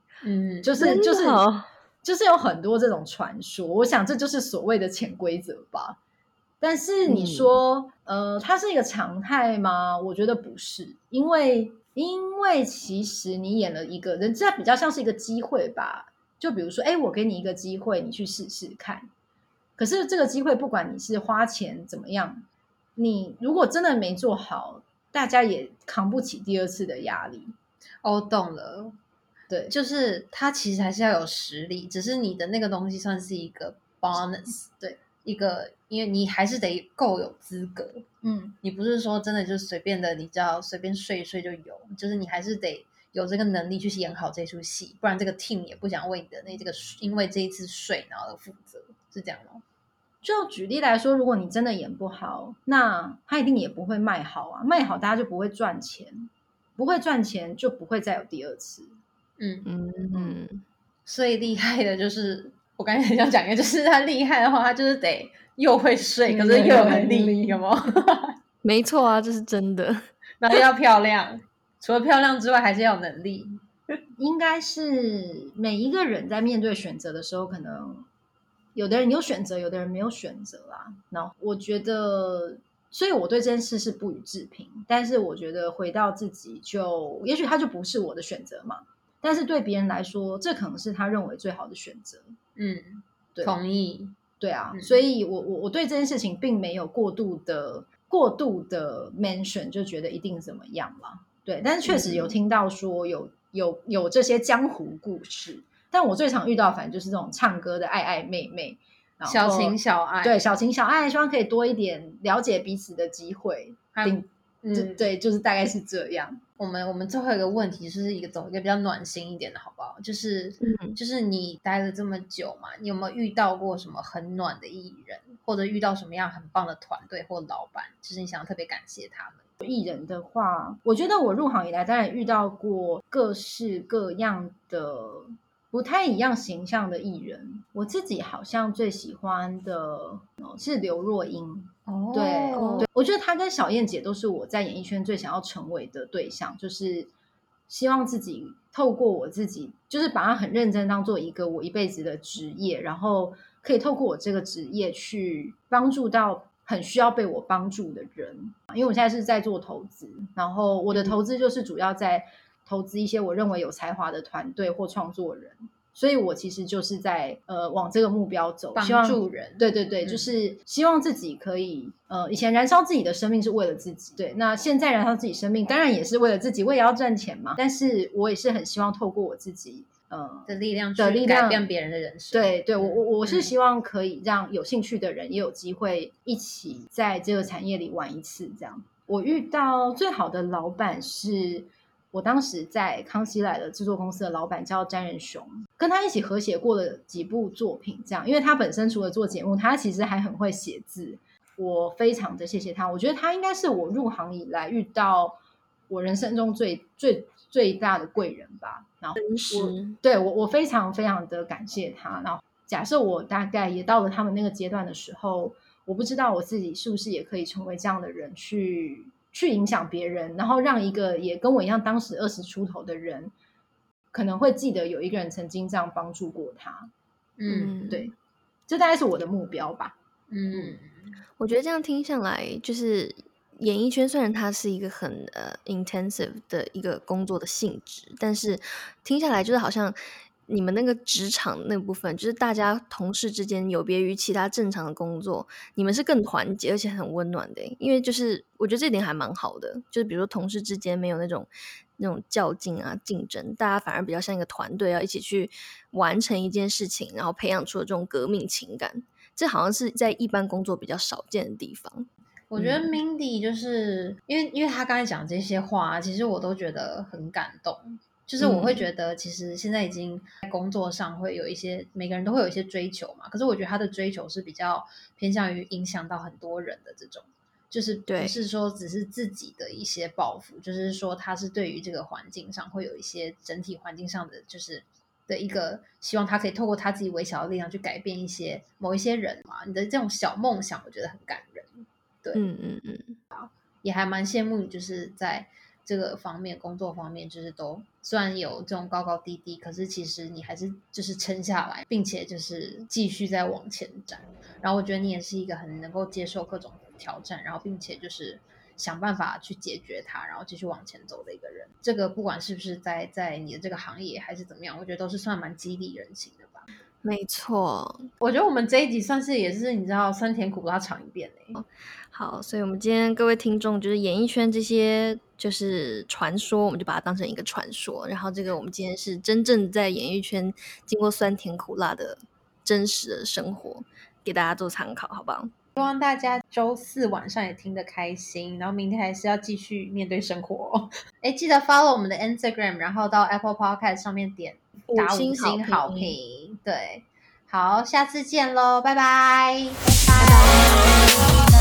就是有很多这种传说，我想这就是所谓的潜规则吧。但是你说它是一个常态吗？我觉得不是，因为其实你演了一个人家比较像是一个机会吧，就比如说我给你一个机会你去试试看，可是这个机会不管你是花钱怎么样，你如果真的没做好，大家也扛不起第二次的压力。 懂了。对，就是他其实还是要有实力，只是你的那个东西算是一个 bonus， 对，一个因为你还是得够有资格，你不是说真的就随便的，你只要随便睡一睡就有，就是你还是得有这个能力去演好这出戏，不然这个 team 也不想为你的这个因为这一次睡然后而负责，是这样吗？ 就举例来说，如果你真的演不好，那他一定也不会卖好啊，卖好大家就不会赚钱，不会赚钱就不会再有第二次。 所以厉害的就是我刚才很想讲一个，就是他厉害的话，他就是得又会睡，可是又有能力，有没有？ 没错啊，这是真的。 然后要漂亮，除了漂亮之外，还是要有能力。 应该是每一个人在面对选择的时候，可能有的人有选择，有的人没有选择啦。然后我觉得，所以我对这件事是不予置评。但是我觉得回到自己也许他就不是我的选择嘛。但是对别人来说，这可能是他认为最好的选择。对， 同意。 对啊，所以我对这件事情并没有过度的 mention， 就觉得一定怎么样啦。对，但是确实有听到说有这些江湖故事，但我最常遇到反正就是这种唱歌的爱爱妹妹， 小情小爱， 对，小情小爱，希望可以多一点了解彼此的机会。对，就是大概是这样。 我们最后一个问题就是走一个比较暖心一点的好不好？就是你待了这么久嘛，你有没有遇到过什么很暖的艺人，或者遇到什么样很棒的团队或老板，就是你想要特别感谢他们？ 艺人的话，我觉得我入行以来当然遇到过各式各样的不太一样形象的艺人，我自己好像最喜欢的是刘若英。对，我觉得她跟小燕姐都是我在演艺圈最想要成为的对象，就是希望自己透过我自己，就是把它很认真当做一个我一辈子的职业，然后可以透过我这个职业去帮助到很需要被我帮助的人。因为我现在是在做投资，然后我的投资就是主要在投资一些我认为有才华的团队或创作人， 所以我其实就是在往这个目标走， 帮助人。 对对对，就是希望自己可以以前燃烧自己的生命是为了自己，对，那现在燃烧自己生命当然也是为了自己，我也要赚钱嘛，但是我也是很希望透过我自己的力量去改变别人的人生。 对对，我是希望可以让有兴趣的人也有机会一起在这个产业里玩一次这样。我遇到最好的老板是我当时在康熙来了制作公司的老板叫詹仁雄，跟他一起合写过了几部作品这样，因为他本身除了做节目他其实还很会写字，我非常的谢谢他，我觉得他应该是我入行以来遇到我人生中最大的贵人吧。然后我非常非常的感谢他。然后假设我大概也到了他们那个阶段的时候，我不知道我自己是不是也可以成为这样的人，去影响别人，然后让一个也跟我一样当时20出头的人可能会记得有一个人曾经这样帮助过他。对，这大概是我的目标吧。 我觉得这样听下来，就是演艺圈虽然它是一个很intensive 的一个工作的性质，但是听下来就是好像你们那个职场那部分，就是大家同事之间有别于其他正常的工作，你们是更团结而且很温暖的。因为就是我觉得这点还蛮好的，就是比如说同事之间没有那种较劲啊竞争，大家反而比较像一个团队，要一起去完成一件事情，然后培养出了这种革命情感，这好像是在一般工作比较少见的地方。 我觉得 Mindy 就是因为他刚才讲这些话，其实我都觉得很感动。就是我会觉得其实现在已经在工作上会有一些，每个人都会有一些追求嘛，可是我觉得他的追求是比较偏向于影响到很多人的这种，就是不是说只是自己的一些抱负，就是说他是对于这个环境上会有一些整体环境上的就是的一个希望，他可以透过他自己微小的力量去改变某一些人嘛。你的这种小梦想我觉得很感人。对，也还蛮羡慕，就是在这个方面工作方面，就是都虽然有这种高高低低，可是其实你还是就是撑下来，并且就是继续再往前展。然后我觉得你也是一个很能够接受各种挑战，然后并且就是想办法去解决它，然后继续往前走的一个人。这个不管是不是在你的这个行业还是怎么样，我觉得都是算蛮激励人心的吧。 没错， 我觉得我们这一集算是也是你知道酸甜苦辣尝一遍好，所以我们今天各位听众就是演艺圈这些就是传说，我们就把它当成一个传说，然后这个我们今天是真正在演艺圈经过酸甜苦辣的真实的生活，给大家做参考，好不好？ 希望大家周4晚上也听得开心，然后明天还是要继续面对生活记得 follow 我们的 Instagram， 然后到 Apple Podcast 上面打5星好评。对，好，下次见咯，拜拜。 拜拜。